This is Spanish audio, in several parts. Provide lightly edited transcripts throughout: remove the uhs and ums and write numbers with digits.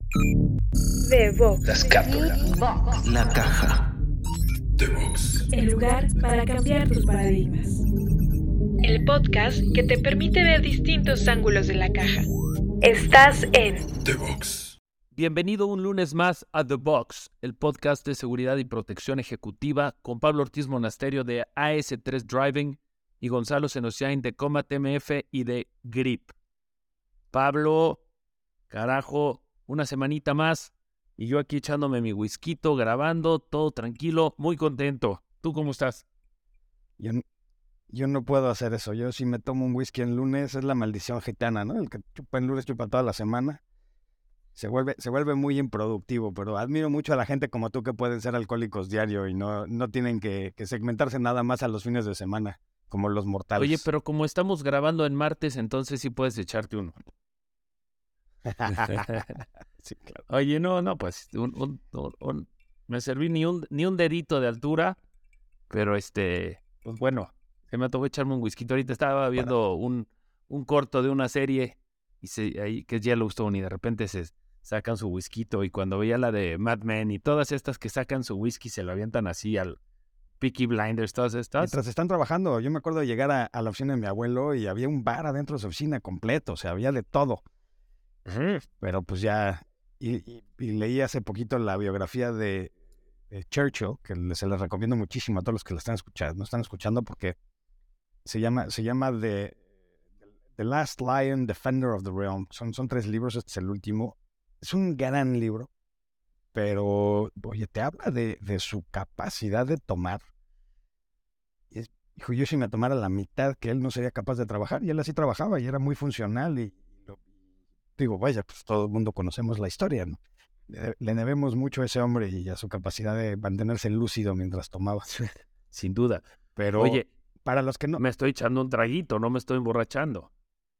The Box. La escápula. La caja. The Box. El lugar para cambiar tus paradigmas. El podcast que te permite ver distintos ángulos de la caja. Estás en The Box. Bienvenido un lunes más a The Box, el podcast de seguridad y protección ejecutiva con Pablo Ortiz Monasterio de AS3 Driving y Gonzalo Senosiain de Combat MF y de Grip. Pablo, carajo, una semanita más y yo aquí echándome mi whisquito, grabando, todo tranquilo, muy contento. ¿Tú cómo estás? Yo no puedo hacer eso. Yo si me tomo un whisky en lunes es la maldición gitana, ¿no? El que chupa en lunes chupa toda la semana. Se vuelve muy improductivo, pero admiro mucho a la gente como tú que pueden ser alcohólicos diario y no tienen que segmentarse nada más a los fines de semana, como los mortales. Oye, pero como estamos grabando en martes, entonces sí puedes echarte uno. Sí, claro. Oye, no, pues me serví ni un dedito de altura, pero pues bueno, se me antojó echarme un whisky. Ahorita estaba viendo un corto de una serie y ahí que es Yellowstone y de repente se sacan su whisky y cuando veía la de Mad Men y todas estas que sacan su whisky se lo avientan así al Peaky Blinders, todas estas. Mientras están trabajando, yo me acuerdo de llegar a la oficina de mi abuelo y había un bar adentro de su oficina completo, o sea, había de todo. Pero pues ya, y leí hace poquito la biografía de Churchill, que se les recomiendo muchísimo a todos los que la están escuchando porque se llama The Last Lion, Defender of the Realm. Son 3 libros, este es el último. Es un gran libro, pero, oye, te habla de su capacidad de tomar. Dijo, yo si me tomara la mitad que él no sería capaz de trabajar, y él así trabajaba y era muy funcional digo, vaya, pues todo el mundo conocemos la historia, ¿no? Le debemos mucho a ese hombre y a su capacidad de mantenerse lúcido mientras tomaba. Sin duda. Pero Oye, para los que no... me estoy echando un traguito, no me estoy emborrachando.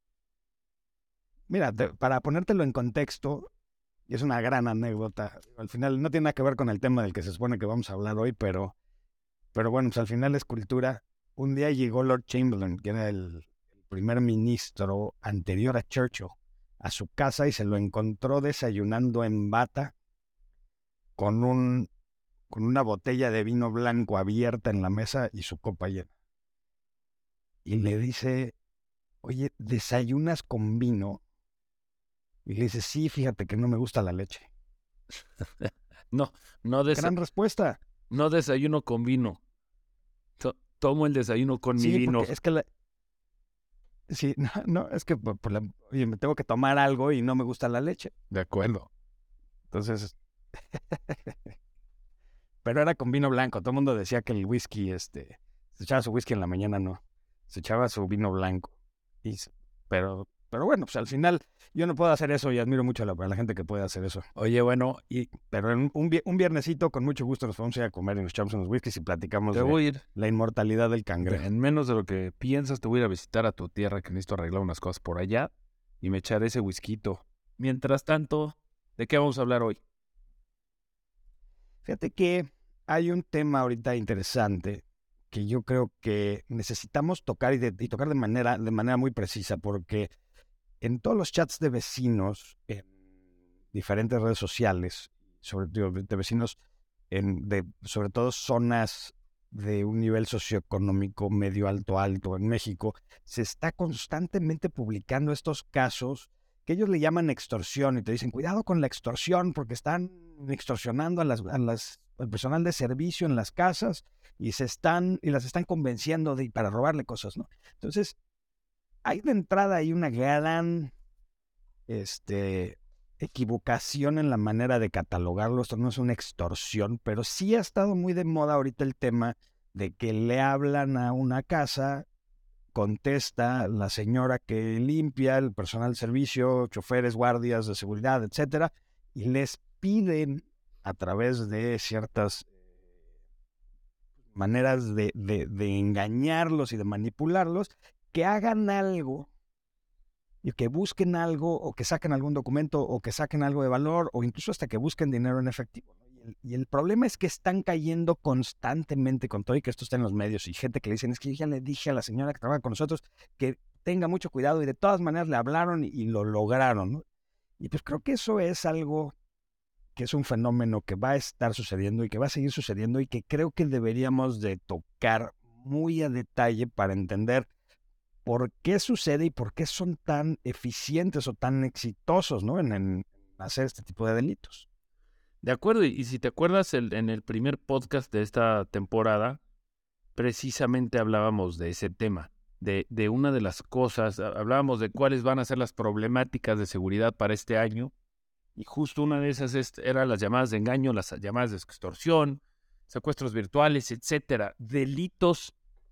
Mira, para ponértelo en contexto, y es una gran anécdota, al final no tiene nada que ver con el tema del que se supone que vamos a hablar hoy, pero bueno, pues al final es cultura. Un día llegó Lord Chamberlain, que era el primer ministro anterior a Churchill, a su casa y se lo encontró desayunando en bata con una botella de vino blanco abierta en la mesa y su copa llena. Y le dice, oye, ¿desayunas con vino? Y le dice, sí, fíjate que no me gusta la leche. No Gran respuesta. no desayuno con vino. Tomo el desayuno con mi Sí, vino. porque es que sí, no, es que oye, me tengo que tomar algo y no me gusta la leche. De acuerdo. Entonces, pero era con vino blanco. Todo el mundo decía que el whisky, se echaba su whisky en la mañana, no. Se echaba su vino blanco. Pero bueno, pues al final yo no puedo hacer eso y admiro mucho a la gente que puede hacer eso. Oye, bueno, Pero en un viernesito con mucho gusto nos vamos a ir a comer y nos echamos unos whiskies y platicamos te de voy a ir. la inmortalidad del cangrejo. En menos de lo que piensas, te voy a ir a visitar a tu tierra, que necesito arreglar unas cosas por allá y me echaré ese whisky. Mientras tanto, ¿de qué vamos a hablar hoy? Fíjate que hay un tema ahorita interesante que yo creo que necesitamos tocar y tocar de manera muy precisa, porque en todos los chats de vecinos, en diferentes redes sociales, de vecinos sobre todo zonas de un nivel socioeconómico medio alto en México, se está constantemente publicando estos casos que ellos le llaman extorsión y te dicen, cuidado con la extorsión porque están extorsionando al personal de servicio en las casas y las están convenciendo para robarle cosas, ¿no? Entonces, hay de entrada ahí una gran equivocación en la manera de catalogarlo. Esto no es una extorsión, pero sí ha estado muy de moda ahorita el tema de que le hablan a una casa, contesta la señora que limpia, el personal de servicio, choferes, guardias de seguridad, etcétera, y les piden a través de ciertas maneras de engañarlos y de manipularlos, que hagan algo y que busquen algo o que saquen algún documento o que saquen algo de valor o incluso hasta que busquen dinero en efectivo, ¿no? Y el problema es que están cayendo constantemente con todo y que esto está en los medios y gente que le dicen, es que yo ya le dije a la señora que trabaja con nosotros que tenga mucho cuidado y de todas maneras le hablaron y lo lograron, ¿no? Y pues creo que eso es algo que es un fenómeno que va a estar sucediendo y que va a seguir sucediendo y que creo que deberíamos de tocar muy a detalle para entender por qué sucede y por qué son tan eficientes o tan exitosos, ¿no? en hacer este tipo de delitos. De acuerdo, y si te acuerdas, en el primer podcast de esta temporada, precisamente hablábamos de ese tema, de una de las cosas, hablábamos de cuáles van a ser las problemáticas de seguridad para este año, y justo una de esas eran las llamadas de engaño, las llamadas de extorsión, secuestros virtuales, etcétera, delitos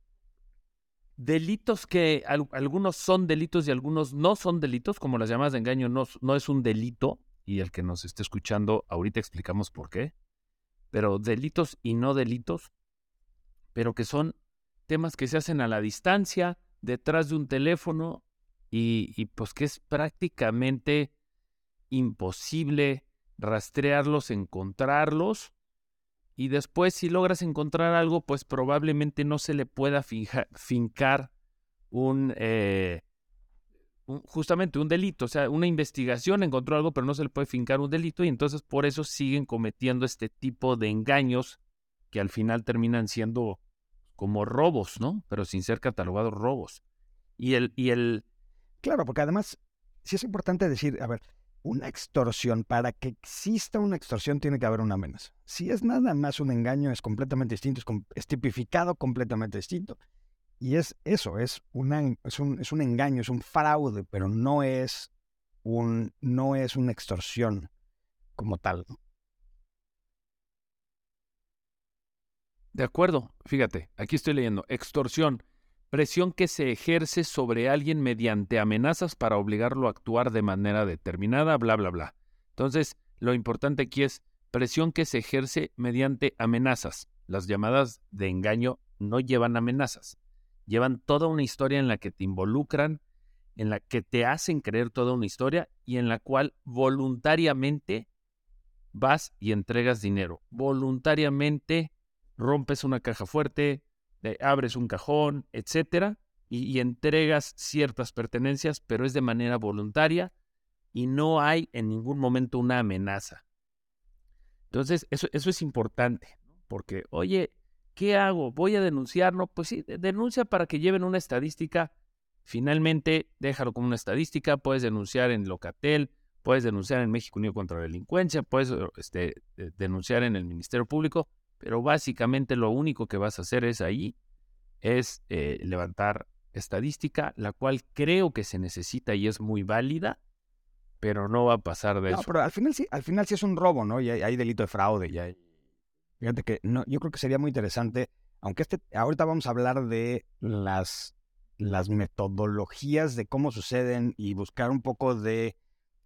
que algunos son delitos y algunos no son delitos, como las llamadas de engaño no es un delito, y el que nos esté escuchando, ahorita explicamos por qué, pero delitos y no delitos, pero que son temas que se hacen a la distancia, detrás de un teléfono, y pues que es prácticamente imposible rastrearlos, encontrarlos, y después si logras encontrar algo, pues probablemente no se le pueda fincar justamente un delito. O sea, una investigación encontró algo, pero no se le puede fincar un delito, y entonces por eso siguen cometiendo este tipo de engaños que al final terminan siendo como robos, ¿no? Pero sin ser catalogados robos. Claro, porque además sí es importante decir, a ver, una extorsión, para que exista una extorsión tiene que haber una amenaza. Si es nada más un engaño, es completamente distinto, es tipificado completamente distinto. Y es eso, es un engaño, es un fraude, pero no es una extorsión como tal, ¿no? De acuerdo, fíjate, aquí estoy leyendo, extorsión, presión que se ejerce sobre alguien mediante amenazas para obligarlo a actuar de manera determinada, bla, bla, bla. Entonces, lo importante aquí es presión que se ejerce mediante amenazas. Las llamadas de engaño no llevan amenazas, llevan toda una historia en la que te involucran, en la que te hacen creer toda una historia y en la cual voluntariamente vas y entregas dinero, voluntariamente rompes una caja fuerte, abres un cajón, etcétera, y entregas ciertas pertenencias, pero es de manera voluntaria y no hay en ningún momento una amenaza. Entonces, eso es importante, ¿no? Porque, oye, ¿qué hago? ¿Voy a denunciar? No, pues sí, denuncia para que lleven una estadística. Finalmente, déjalo como una estadística. Puedes denunciar en Locatel, puedes denunciar en México Unido contra la Delincuencia, puedes denunciar en el Ministerio Público, pero básicamente lo único que vas a hacer es levantar estadística, la cual creo que se necesita y es muy válida, pero no va a pasar de eso. No, pero al final sí es un robo, ¿no? Y hay delito de fraude. Fíjate que no, yo creo que sería muy interesante, aunque ahorita vamos a hablar de las metodologías de cómo suceden y buscar un poco de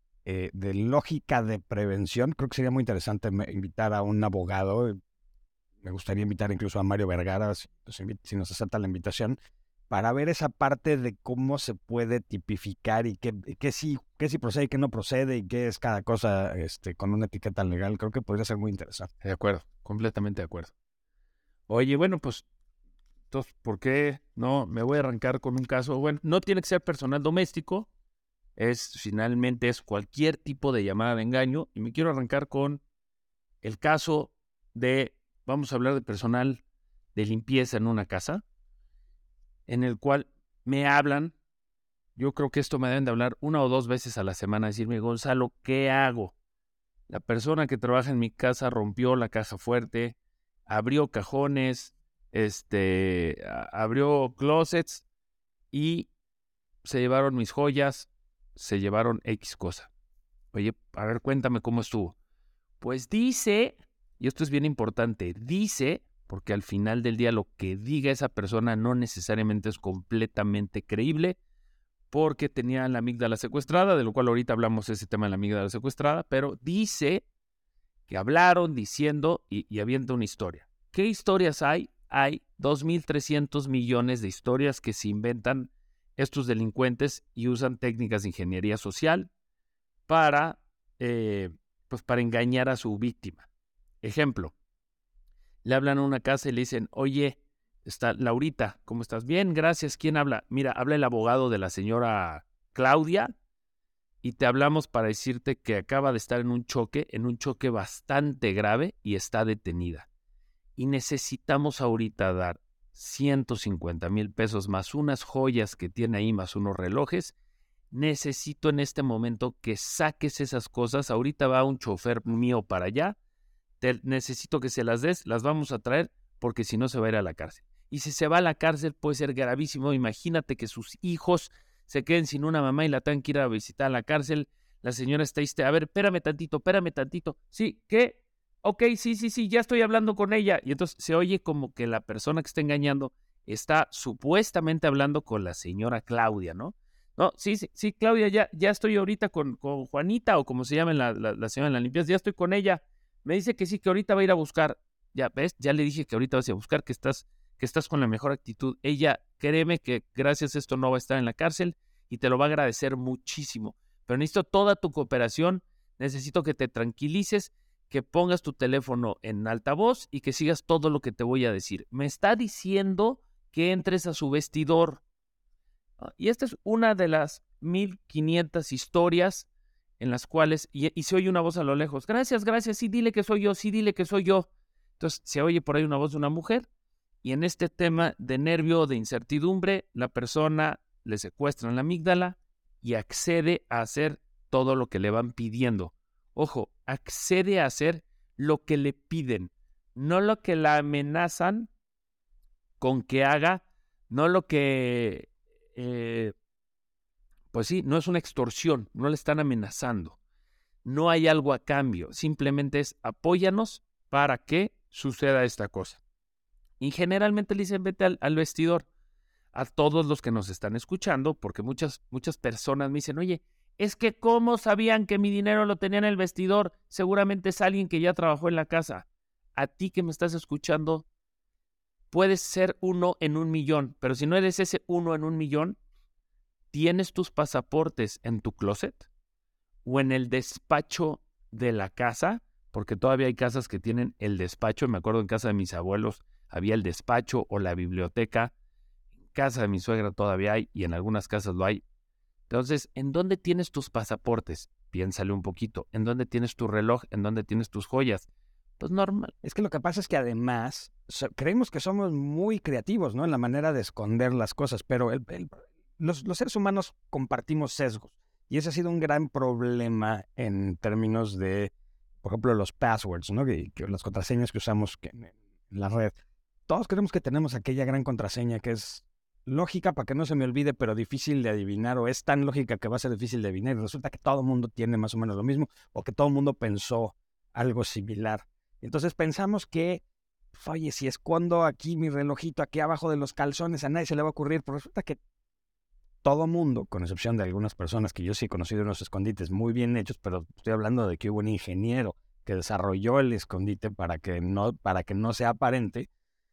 lógica de prevención. Creo que sería muy interesante invitar a un abogado. Me gustaría invitar incluso a Mario Vergara, si nos acepta la invitación, para ver esa parte de cómo se puede tipificar y qué sí procede y qué no procede y qué es cada cosa con una etiqueta legal. Creo que podría ser muy interesante. De acuerdo, completamente de acuerdo. Oye, bueno, pues, entonces, ¿por qué no? Me voy a arrancar con un caso. Bueno, no tiene que ser personal doméstico, finalmente es cualquier tipo de llamada de engaño, y me quiero arrancar con el caso vamos a hablar de personal de limpieza en una casa, en el cual me hablan. Yo creo que esto me deben de hablar 1 o 2 veces a la semana, decirme, Gonzalo, ¿qué hago? La persona que trabaja en mi casa rompió la caja fuerte, abrió cajones, abrió closets y se llevaron mis joyas, se llevaron X cosa. Oye, a ver, cuéntame cómo estuvo. Pues dice, y esto es bien importante, dice, porque al final del día lo que diga esa persona no necesariamente es completamente creíble, porque tenía la amígdala secuestrada, de lo cual ahorita hablamos de ese tema de la amígdala secuestrada, pero dice que hablaron diciendo y avienta una historia. ¿Qué historias hay? Hay 2.300 millones de historias que se inventan estos delincuentes y usan técnicas de ingeniería social para engañar a su víctima. Ejemplo, le hablan a una casa y le dicen, oye, está Laurita, ¿cómo estás? Bien, gracias. ¿Quién habla? Mira, habla el abogado de la señora Claudia. y te hablamos para decirte que acaba de estar en un choque bastante grave y está detenida. Y necesitamos ahorita dar 150,000 pesos más unas joyas que tiene ahí, más unos relojes. Necesito en este momento que saques esas cosas. Ahorita va un chofer mío para allá. Necesito que se las des, las vamos a traer porque si no se va a ir a la cárcel. Y si se va a la cárcel puede ser gravísimo. Imagínate que sus hijos se queden sin una mamá y la tengan que ir a visitar a la cárcel. La señora está ahí, a ver, espérame tantito. Sí, ¿qué? Ok, sí, ya estoy hablando con ella. Y entonces se oye como que la persona que está engañando está supuestamente hablando con la señora Claudia, ¿no? No, sí, Claudia, ya estoy ahorita con Juanita o como se llama la señora en la limpieza, ya estoy con ella. Me dice que sí, que ahorita va a ir a buscar. Ya, ¿ves? Ya le dije que ahorita vas a ir a buscar, que estás con la mejor actitud. Ella, créeme que gracias a esto no va a estar en la cárcel y te lo va a agradecer muchísimo. Pero necesito toda tu cooperación, necesito que te tranquilices, que pongas tu teléfono en altavoz y que sigas todo lo que te voy a decir. Me está diciendo que entres a su vestidor. Y esta es una de las 1500 historias en las cuales, y se oye una voz a lo lejos, gracias, sí, dile que soy yo. Entonces se oye por ahí una voz de una mujer, y en este tema de nervio, de incertidumbre, la persona le secuestran la amígdala y accede a hacer todo lo que le van pidiendo. Ojo, accede a hacer lo que le piden, no lo que la amenazan con que haga, no lo que... pues sí, no es una extorsión, no le están amenazando. No hay algo a cambio, simplemente es apóyanos para que suceda esta cosa. Y generalmente le dicen vete al vestidor. A todos los que nos están escuchando, porque muchas personas me dicen, oye, es que ¿cómo sabían que mi dinero lo tenía en el vestidor? Seguramente es alguien que ya trabajó en la casa. A ti que me estás escuchando, puedes ser 1 en 1,000,000, pero si no eres ese 1 en 1,000,000, ¿tienes tus pasaportes en tu closet o en el despacho de la casa? Porque todavía hay casas que tienen el despacho. Me acuerdo en casa de mis abuelos había el despacho o la biblioteca. En casa de mi suegra todavía hay y en algunas casas lo hay. Entonces, ¿en dónde tienes tus pasaportes? Piénsale un poquito. ¿En dónde tienes tu reloj? ¿En dónde tienes tus joyas? Pues normal. Es que lo que pasa es que además creemos que somos muy creativos, ¿no? En la manera de esconder las cosas, pero los seres humanos compartimos sesgos. Y ese ha sido un gran problema en términos de, por ejemplo, los passwords, ¿no? Que las contraseñas que usamos en la red. Todos creemos que tenemos aquella gran contraseña que es lógica para que no se me olvide, pero difícil de adivinar, o es tan lógica que va a ser difícil de adivinar. Y resulta que todo el mundo tiene más o menos lo mismo, o que todo el mundo pensó algo similar. Entonces pensamos que, oye, si escondo aquí mi relojito aquí abajo de los calzones, a nadie se le va a ocurrir. Pero resulta que todo mundo, con excepción de algunas personas que yo sí he conocido unos escondites muy bien hechos, pero estoy hablando de que hubo un ingeniero que desarrolló el escondite para que no sea aparente.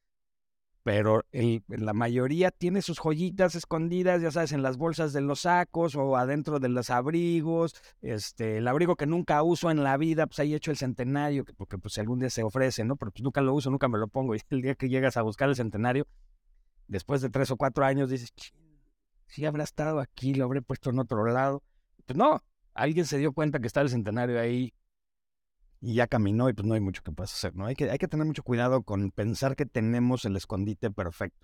Pero la mayoría tiene sus joyitas escondidas, ya sabes, en las bolsas de los sacos o adentro de los abrigos. El abrigo que nunca uso en la vida, pues ahí hecho el centenario, porque pues algún día se ofrece, ¿no? Pero pues nunca lo uso, nunca me lo pongo. Y el día que llegas a buscar el centenario, después de 3 o 4 años, dices, si habrá estado aquí, lo habré puesto en otro lado. Pues no, alguien se dio cuenta que está el centenario ahí y ya caminó y pues no hay mucho que puedas hacer, ¿no? Hay que tener mucho cuidado con pensar que tenemos el escondite perfecto.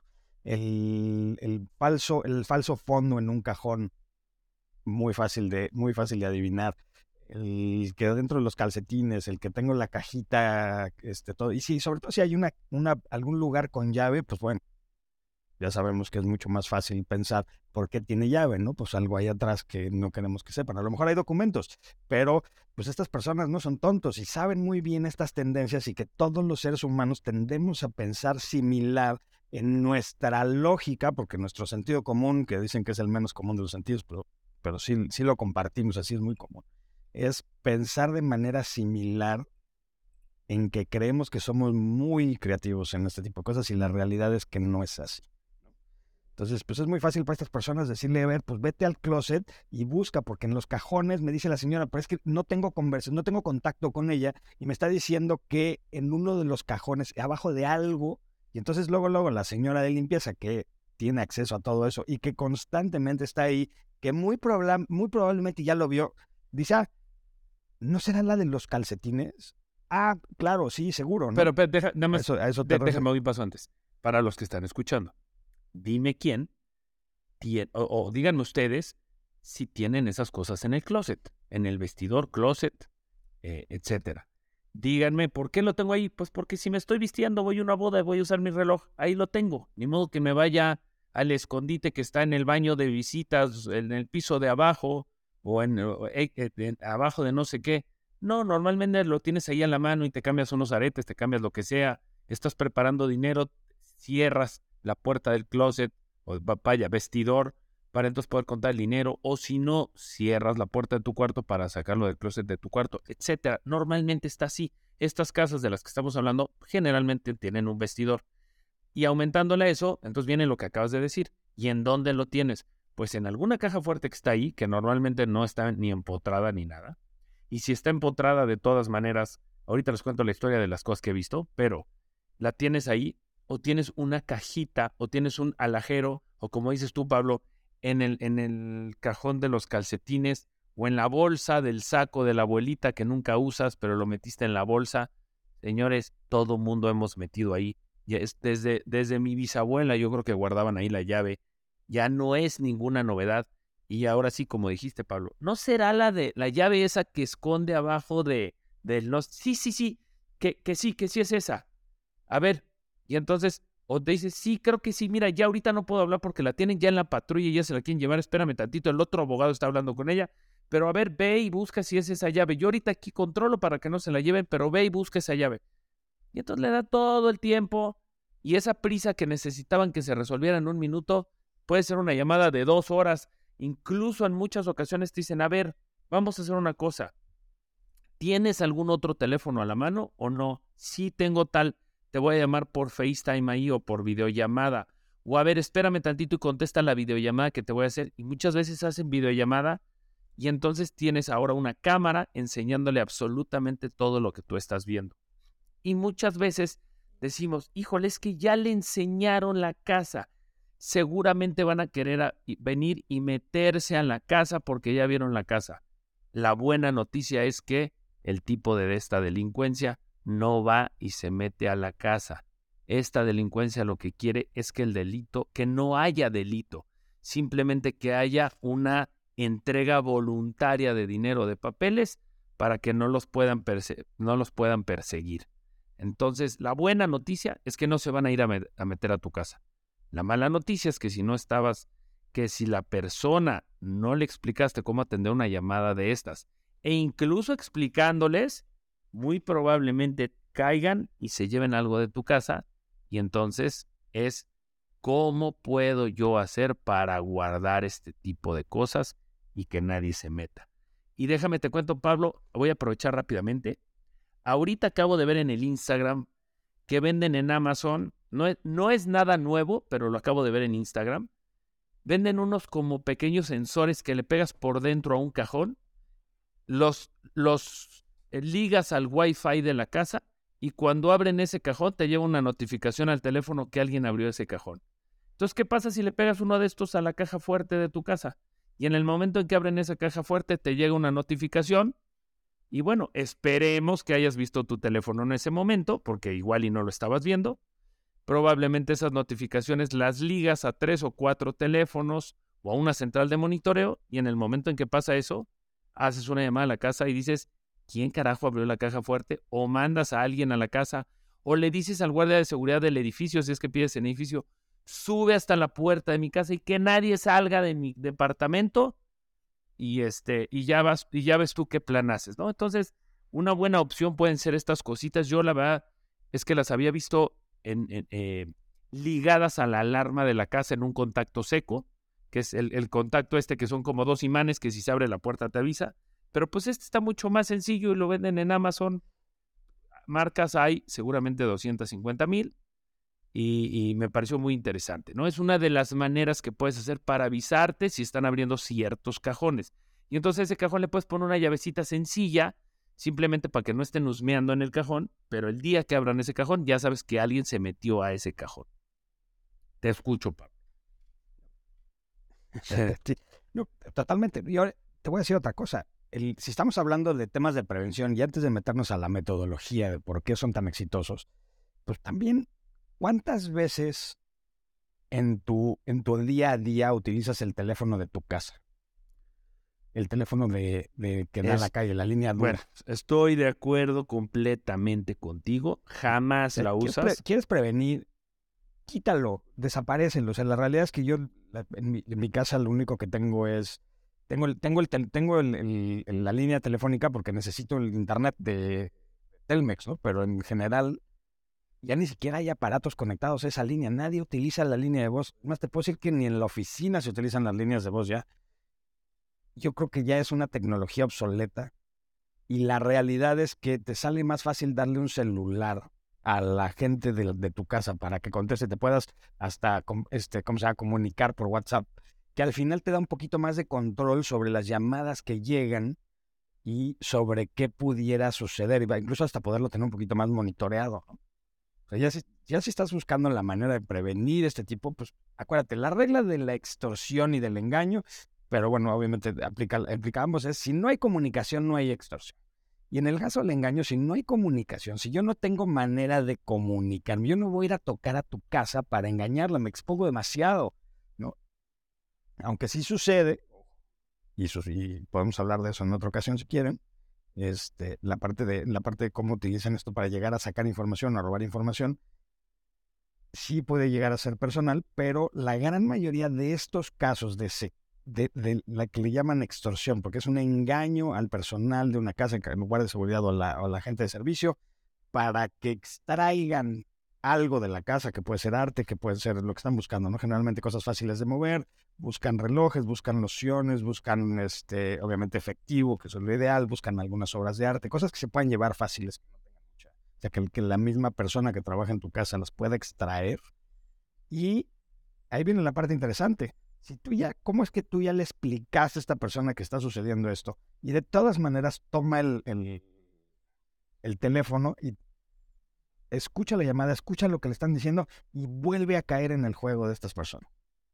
El falso fondo en un cajón, muy fácil de adivinar. El que dentro de los calcetines, el que tengo la cajita, todo. Y sí, sobre todo si hay algún lugar con llave, pues bueno, ya sabemos que es mucho más fácil pensar por qué tiene llave, ¿no? Pues algo ahí atrás que no queremos que sepan. A lo mejor hay documentos, pero pues estas personas no son tontos y saben muy bien estas tendencias y que todos los seres humanos tendemos a pensar similar en nuestra lógica, porque nuestro sentido común, que dicen que es el menos común de los sentidos, pero sí lo compartimos, así es muy común, es pensar de manera similar en que creemos que somos muy creativos en este tipo de cosas y la realidad es que no es así. Entonces, pues es muy fácil para estas personas decirle, a ver, pues vete al closet y busca, porque en los cajones me dice la señora, pero es que no tengo conversación, no tengo contacto con ella, y me está diciendo que en uno de los cajones, abajo de algo, y entonces luego la señora de limpieza, que tiene acceso a todo eso y que constantemente está ahí, que muy probablemente ya lo vio, dice, ¿no será la de los calcetines? Ah, claro, sí, seguro, ¿no? Pero nada más, a eso te déjame un paso antes. Para los que están escuchando, dime quién tiene, o díganme ustedes si tienen esas cosas en el closet, en el vestidor, closet, etcétera. Díganme, ¿por qué lo tengo ahí? Pues porque si me estoy vistiendo, voy a una boda y voy a usar mi reloj, ahí lo tengo. Ni modo que me vaya al escondite que está en el baño de visitas, en el piso de abajo, o abajo de no sé qué. No, normalmente lo tienes ahí en la mano y te cambias unos aretes, te cambias lo que sea, estás preparando dinero, cierras la puerta del closet, o vaya, vestidor, para entonces poder contar el dinero, o si no, cierras la puerta de tu cuarto para sacarlo del closet de tu cuarto, etcétera. Normalmente está así. Estas casas de las que estamos hablando generalmente tienen un vestidor. Y aumentándole eso, entonces viene lo que acabas de decir. ¿Y en dónde lo tienes? Pues en alguna caja fuerte que está ahí, que normalmente no está ni empotrada ni nada. Y si está empotrada, de todas maneras, ahorita les cuento la historia de las cosas que he visto, pero la tienes ahí, o tienes una cajita, o tienes un alajero, o como dices tú, Pablo, en el cajón de los calcetines, o en la bolsa del saco de la abuelita que nunca usas, pero lo metiste en la bolsa. Señores, todo mundo hemos metido ahí. Ya desde mi bisabuela yo creo que guardaban ahí la llave. Ya no es ninguna novedad. Y ahora sí, como dijiste, Pablo, ¿no será la llave esa que esconde abajo de los... Sí, que sí es esa. A ver, y entonces, o te dices, sí, creo que sí, mira, ya ahorita no puedo hablar porque la tienen ya en la patrulla y ya se la quieren llevar, espérame tantito, el otro abogado está hablando con ella, pero a ver, ve y busca si es esa llave. Yo ahorita aquí controlo para que no se la lleven, pero ve y busca esa llave. Y entonces le da todo el tiempo, y esa prisa que necesitaban que se resolviera en un minuto, puede ser una llamada de 2 horas. Incluso en muchas ocasiones te dicen, a ver, vamos a hacer una cosa. ¿Tienes algún otro teléfono a la mano o no? Sí tengo tal, te voy a llamar por FaceTime ahí o por videollamada. O a ver, espérame tantito y contesta la videollamada que te voy a hacer. Y muchas veces hacen videollamada y entonces tienes ahora una cámara enseñándole absolutamente todo lo que tú estás viendo. Y muchas veces decimos, híjole, es que ya le enseñaron la casa. Seguramente van a querer venir y meterse a la casa porque ya vieron la casa. La buena noticia es que el tipo de esta delincuencia no va y se mete a la casa. Esta delincuencia lo que quiere es que que no haya delito, simplemente que haya una entrega voluntaria de dinero, de papeles, para que no los puedan perseguir. Entonces, la buena noticia es que no se van a ir a meter a tu casa. La mala noticia es que si la persona no le explicaste cómo atender una llamada de estas, e incluso explicándoles, muy probablemente caigan y se lleven algo de tu casa, y entonces es ¿cómo puedo yo hacer para guardar este tipo de cosas y que nadie se meta? Y déjame te cuento, Pablo, voy a aprovechar rápidamente. Ahorita acabo de ver en el Instagram que venden en Amazon, no es nada nuevo, pero lo acabo de ver en Instagram. Venden unos como pequeños sensores que le pegas por dentro a un cajón, los ligas al Wi-Fi de la casa y cuando abren ese cajón te lleva una notificación al teléfono que alguien abrió ese cajón. Entonces, ¿qué pasa si le pegas uno de estos a la caja fuerte de tu casa? Y en el momento en que abren esa caja fuerte te llega una notificación. Y bueno, esperemos que hayas visto tu teléfono en ese momento, porque igual y no lo estabas viendo. Probablemente esas notificaciones las ligas a 3 o 4 teléfonos o a una central de monitoreo y en el momento en que pasa eso, haces una llamada a la casa y dices, ¿quién carajo abrió la caja fuerte? O mandas a alguien a la casa o le dices al guardia de seguridad del edificio, si es que pides en edificio, sube hasta la puerta de mi casa y que nadie salga de mi departamento. Y ya ves tú qué plan haces, ¿no? Entonces, una buena opción pueden ser estas cositas. Yo la verdad es que las había visto ligadas a la alarma de la casa en un contacto seco, que es el contacto que son como 2 imanes que si se abre la puerta te avisa. Pero pues está mucho más sencillo y lo venden en Amazon. Marcas hay seguramente 250,000. Y me pareció muy interesante, ¿no? Es una de las maneras que puedes hacer para avisarte si están abriendo ciertos cajones. Y entonces a ese cajón le puedes poner una llavecita sencilla, simplemente para que no estén husmeando en el cajón, pero el día que abran ese cajón ya sabes que alguien se metió a ese cajón. Te escucho, Pablo. Sí, no, totalmente. Y ahora te voy a decir otra cosa. Si estamos hablando de temas de prevención y antes de meternos a la metodología de por qué son tan exitosos, pues también, ¿cuántas veces en tu día a día utilizas el teléfono de tu casa? El teléfono de que da a la calle, la línea dura. Bueno, estoy de acuerdo completamente contigo. Jamás la usas. ¿Quieres prevenir? Quítalo, desaparécelo. O sea, la realidad es que yo en mi casa lo único que tengo es tengo la línea telefónica porque necesito el internet de Telmex, ¿no? Pero en general ya ni siquiera hay aparatos conectados a esa línea. Nadie utiliza la línea de voz. Más te puedo decir que ni en la oficina se utilizan las líneas de voz ya. Yo creo que ya es una tecnología obsoleta y la realidad es que te sale más fácil darle un celular a la gente de tu casa para que conteste, te puedas hasta ¿cómo se llama? Comunicar por WhatsApp, que al final te da un poquito más de control sobre las llamadas que llegan y sobre qué pudiera suceder, incluso hasta poderlo tener un poquito más monitoreado, ¿no? O sea, ya si estás buscando la manera de prevenir este tipo, pues acuérdate, la regla de la extorsión y del engaño, pero bueno, obviamente aplicamos es, si no hay comunicación, no hay extorsión. Y en el caso del engaño, si no hay comunicación, si yo no tengo manera de comunicarme, yo no voy a ir a tocar a tu casa para engañarla, me expongo demasiado, ¿no? Aunque sí sucede, y podemos hablar de eso en otra ocasión si quieren, la parte de cómo utilizan esto para llegar a sacar información, a robar información, sí puede llegar a ser personal, pero la gran mayoría de estos casos de la que le llaman extorsión, porque es un engaño al personal de una casa, en lugar de seguridad o a la gente de servicio, para que extraigan algo de la casa, que puede ser arte, que puede ser lo que están buscando, ¿no? Generalmente cosas fáciles de mover, buscan relojes, buscan lociones, buscan obviamente efectivo, que es lo ideal, buscan algunas obras de arte, cosas que se puedan llevar fáciles, que no tengan mucha, o sea, que la misma persona que trabaja en tu casa las pueda extraer. Y ahí viene la parte interesante. ¿Cómo es que tú ya le explicaste a esta persona que está sucediendo esto? Y de todas maneras toma el teléfono y escucha la llamada, escucha lo que le están diciendo y vuelve a caer en el juego de estas personas.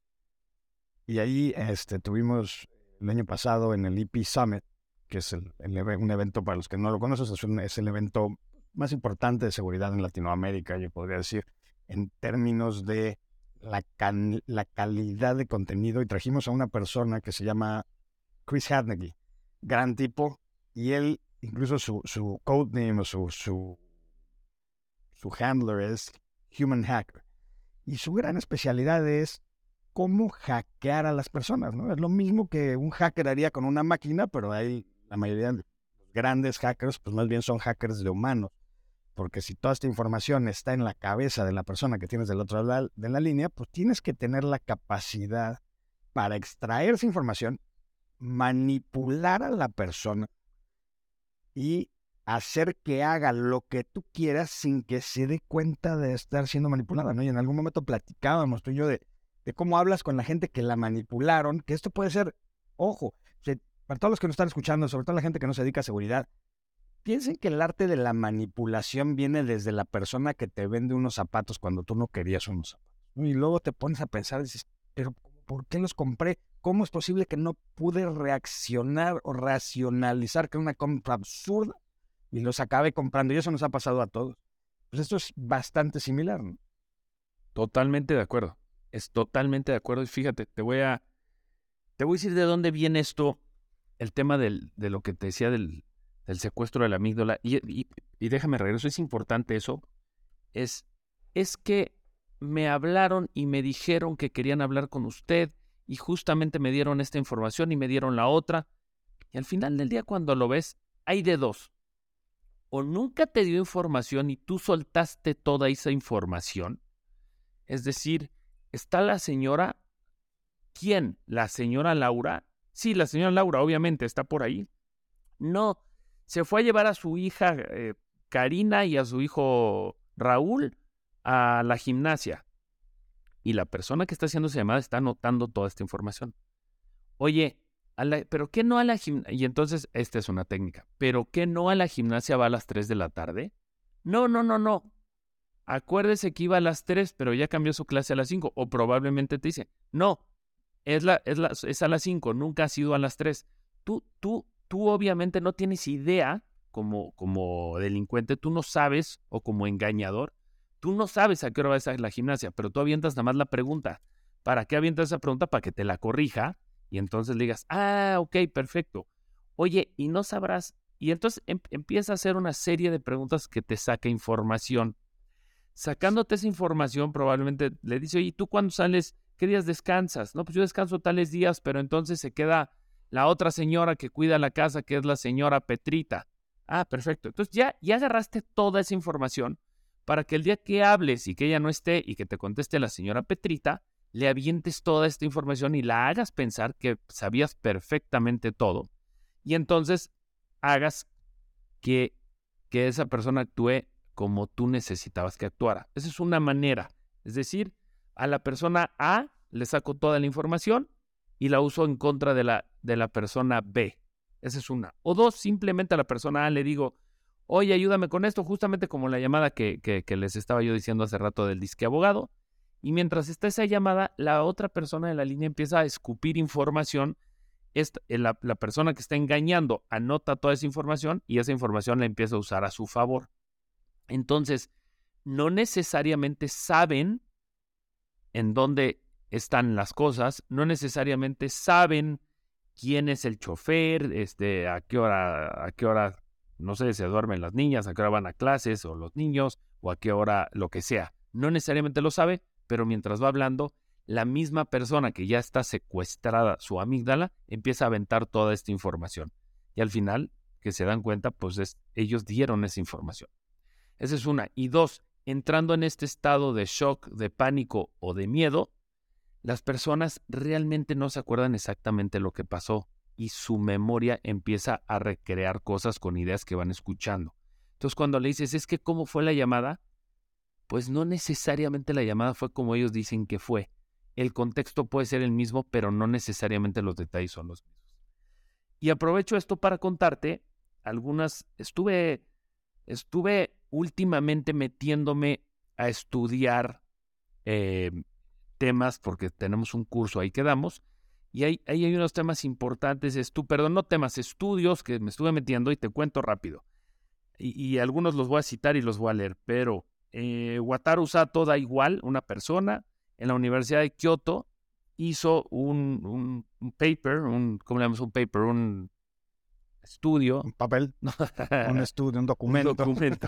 Y ahí tuvimos el año pasado en el EP Summit, que es un evento, para los que no lo conocen, es el evento más importante de seguridad en Latinoamérica, yo podría decir, en términos de la calidad de contenido, y trajimos a una persona que se llama Chris Hadnagy, gran tipo, y él, incluso su codename o su handler es Human Hacker, y su gran especialidad es cómo hackear a las personas, ¿no? Es lo mismo que un hacker haría con una máquina, pero la mayoría de los grandes hackers, pues más bien son hackers de humanos. Porque si toda esta información está en la cabeza de la persona que tienes del otro lado de la línea, pues tienes que tener la capacidad para extraer esa información, manipular a la persona y hacer que haga lo que tú quieras sin que se dé cuenta de estar siendo manipulada, ¿no? Y en algún momento platicábamos tú y yo de cómo hablas con la gente que la manipularon, que esto puede ser, ojo, para todos los que nos están escuchando, sobre todo la gente que no se dedica a seguridad, piensen que el arte de la manipulación viene desde la persona que te vende unos zapatos cuando tú no querías unos zapatos, ¿no? Y luego te pones a pensar y dices, pero ¿por qué los compré? ¿Cómo es posible que no pude reaccionar o racionalizar que era una compra absurda y los acabe comprando? Y eso nos ha pasado a todos. Pues esto es bastante similar, ¿no? Totalmente de acuerdo. Es totalmente de acuerdo. Y fíjate, te voy a decir de dónde viene esto, el tema de lo que te decía del secuestro de la amígdala. Y déjame regreso, es importante eso. Es que me hablaron y me dijeron que querían hablar con usted y justamente me dieron esta información y me dieron la otra. Y al final del día, cuando lo ves, hay de dos. O nunca te dio información y tú soltaste toda esa información. Es decir, está la señora. ¿Quién? ¿La señora Laura? Sí, la señora Laura, obviamente, está por ahí. No, se fue a llevar a su hija Karina y a su hijo Raúl a la gimnasia. Y la persona que está haciendo esa llamada está anotando toda esta información. Oye, ¿pero qué no a la gimnasia? Y entonces, esta es una técnica. ¿Pero qué no a la gimnasia va a las 3 de la tarde? No. Acuérdese que iba a las 3, pero ya cambió su clase a las 5. O probablemente te dice, no, es a las 5, nunca ha sido a las 3. Tú obviamente no tienes idea como delincuente, tú no sabes, o como engañador, tú no sabes a qué hora vas a la gimnasia, pero tú avientas nada más la pregunta. ¿Para qué avientas esa pregunta? Para que te la corrija y entonces le digas, ok, perfecto. Oye, y no sabrás. Y entonces empieza a hacer una serie de preguntas que te saca información. Sacándote esa información, probablemente le dice, oye, ¿tú cuándo sales? ¿Qué días descansas? No, pues yo descanso tales días, pero entonces se queda la otra señora que cuida la casa, que es la señora Petrita. Ah, perfecto. Entonces ya agarraste toda esa información para que el día que hables y que ella no esté y que te conteste la señora Petrita, le avientes toda esta información y la hagas pensar que sabías perfectamente todo. Y entonces hagas que esa persona actúe como tú necesitabas que actuara. Esa es una manera. Es decir, a la persona A le saco toda la información y la uso en contra de la persona B. Esa es una. O dos, simplemente a la persona A le digo, oye, ayúdame con esto, justamente como la llamada que les estaba yo diciendo hace rato del disque abogado. Y mientras está esa llamada, la otra persona de la línea empieza a escupir información. La persona que está engañando anota toda esa información y esa información la empieza a usar a su favor. Entonces, no necesariamente saben en dónde están las cosas, no necesariamente saben quién es el chofer, a qué hora, no sé, se duermen las niñas, a qué hora van a clases o los niños, o a qué hora lo que sea. No necesariamente lo sabe, pero mientras va hablando, la misma persona que ya está secuestrada, su amígdala, empieza a aventar toda esta información. Y al final, que se dan cuenta, pues ellos dieron esa información. Esa es una. Y dos, entrando en este estado de shock, de pánico o de miedo, las personas realmente no se acuerdan exactamente lo que pasó y su memoria empieza a recrear cosas con ideas que van escuchando. Entonces, cuando le dices, es que ¿cómo fue la llamada? Pues no necesariamente la llamada fue como ellos dicen que fue. El contexto puede ser el mismo, pero no necesariamente los detalles son los mismos. Y aprovecho esto para contarte algunas. Estuve últimamente metiéndome a estudiar temas, porque tenemos un curso ahí que damos, y ahí hay unos temas importantes, estudios que me estuve metiendo y te cuento rápido. Y algunos los voy a citar y los voy a leer, pero Wataru Sato da igual, una persona en la Universidad de Kioto hizo un paper, ¿cómo le llamamos un paper? Un estudio. Un papel, un estudio, un documento. Un documento.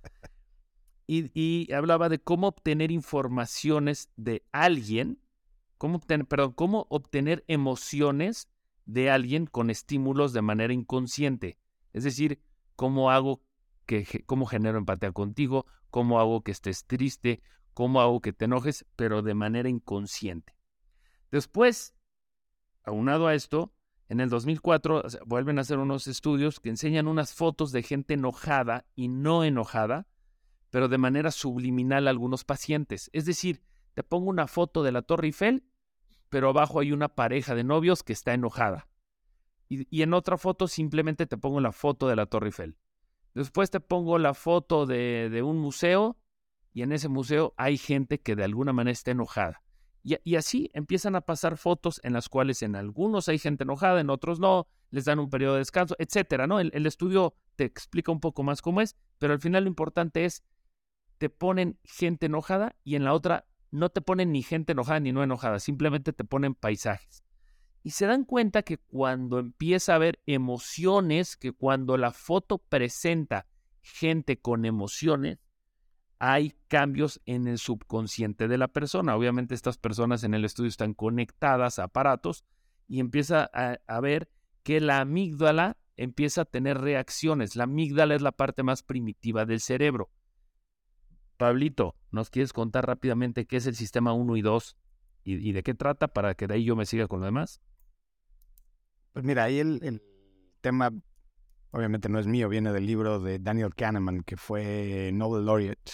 Y hablaba de cómo obtener informaciones de alguien, cómo obtener emociones de alguien con estímulos de manera inconsciente. Es decir, cómo genero empatía contigo, cómo hago que estés triste, cómo hago que te enojes, pero de manera inconsciente. Después, aunado a esto, en el 2004 vuelven a hacer unos estudios que enseñan unas fotos de gente enojada y no enojada, pero de manera subliminal a algunos pacientes. Es decir, te pongo una foto de la Torre Eiffel, pero abajo hay una pareja de novios que está enojada. Y en otra foto simplemente te pongo la foto de la Torre Eiffel. Después te pongo la foto de un museo y en ese museo hay gente que de alguna manera está enojada. Y así empiezan a pasar fotos en las cuales en algunos hay gente enojada, en otros no, les dan un periodo de descanso, etcétera, ¿no? El estudio te explica un poco más cómo es, pero al final lo importante es, te ponen gente enojada y en la otra no te ponen ni gente enojada ni no enojada, simplemente te ponen paisajes. Y se dan cuenta que cuando empieza a haber emociones, que cuando la foto presenta gente con emociones, hay cambios en el subconsciente de la persona. Obviamente estas personas en el estudio están conectadas a aparatos y empieza a ver que la amígdala empieza a tener reacciones. La amígdala es la parte más primitiva del cerebro. Pablito, ¿nos quieres contar rápidamente qué es el sistema 1 y 2 y de qué trata para que de ahí yo me siga con lo demás? Pues mira, ahí el tema obviamente no es mío, viene del libro de Daniel Kahneman, que fue Nobel Laureate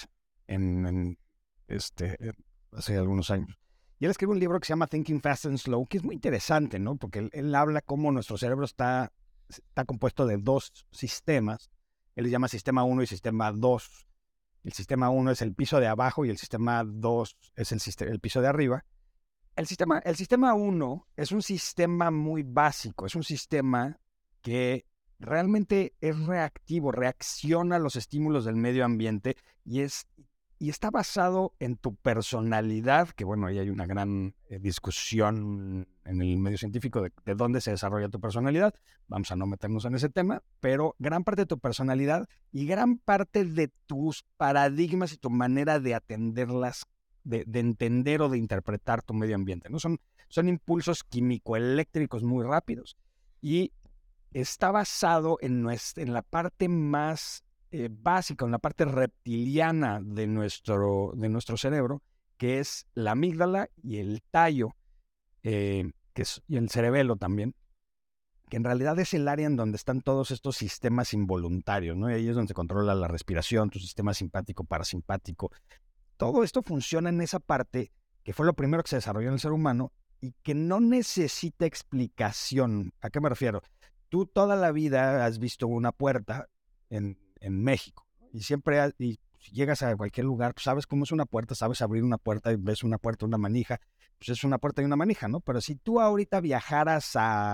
hace algunos años. Y él escribe un libro que se llama Thinking Fast and Slow, que es muy interesante, ¿no? Porque él habla cómo nuestro cerebro está compuesto de dos sistemas. Él le llama sistema 1 y sistema 2. El sistema 1 es el piso de abajo y el sistema 2 es el piso de arriba. El sistema 1 es un sistema muy básico, es un sistema que realmente es reactivo, reacciona a los estímulos del medio ambiente y está basado en tu personalidad, que bueno, ahí hay una gran discusión en el medio científico de dónde se desarrolla tu personalidad. Vamos a no meternos en ese tema, pero gran parte de tu personalidad y gran parte de tus paradigmas y tu manera de atenderlas, de entender o de interpretar tu medio ambiente, ¿no? Son impulsos químico-eléctricos muy rápidos y está basado en la parte más básica, en la parte reptiliana de nuestro cerebro, que es la amígdala y el tallo, y el cerebelo también, que en realidad es el área en donde están todos estos sistemas involuntarios, ¿no? Y ahí es donde se controla la respiración, tu sistema simpático, parasimpático. Todo esto funciona en esa parte que fue lo primero que se desarrolló en el ser humano y que no necesita explicación. ¿A qué me refiero? Tú toda la vida has visto una puerta en México y siempre y si llegas a cualquier lugar, pues sabes cómo es una puerta, sabes abrir una puerta y ves una puerta, una manija, pues es una puerta y una manija, ¿no? Pero si tú ahorita viajaras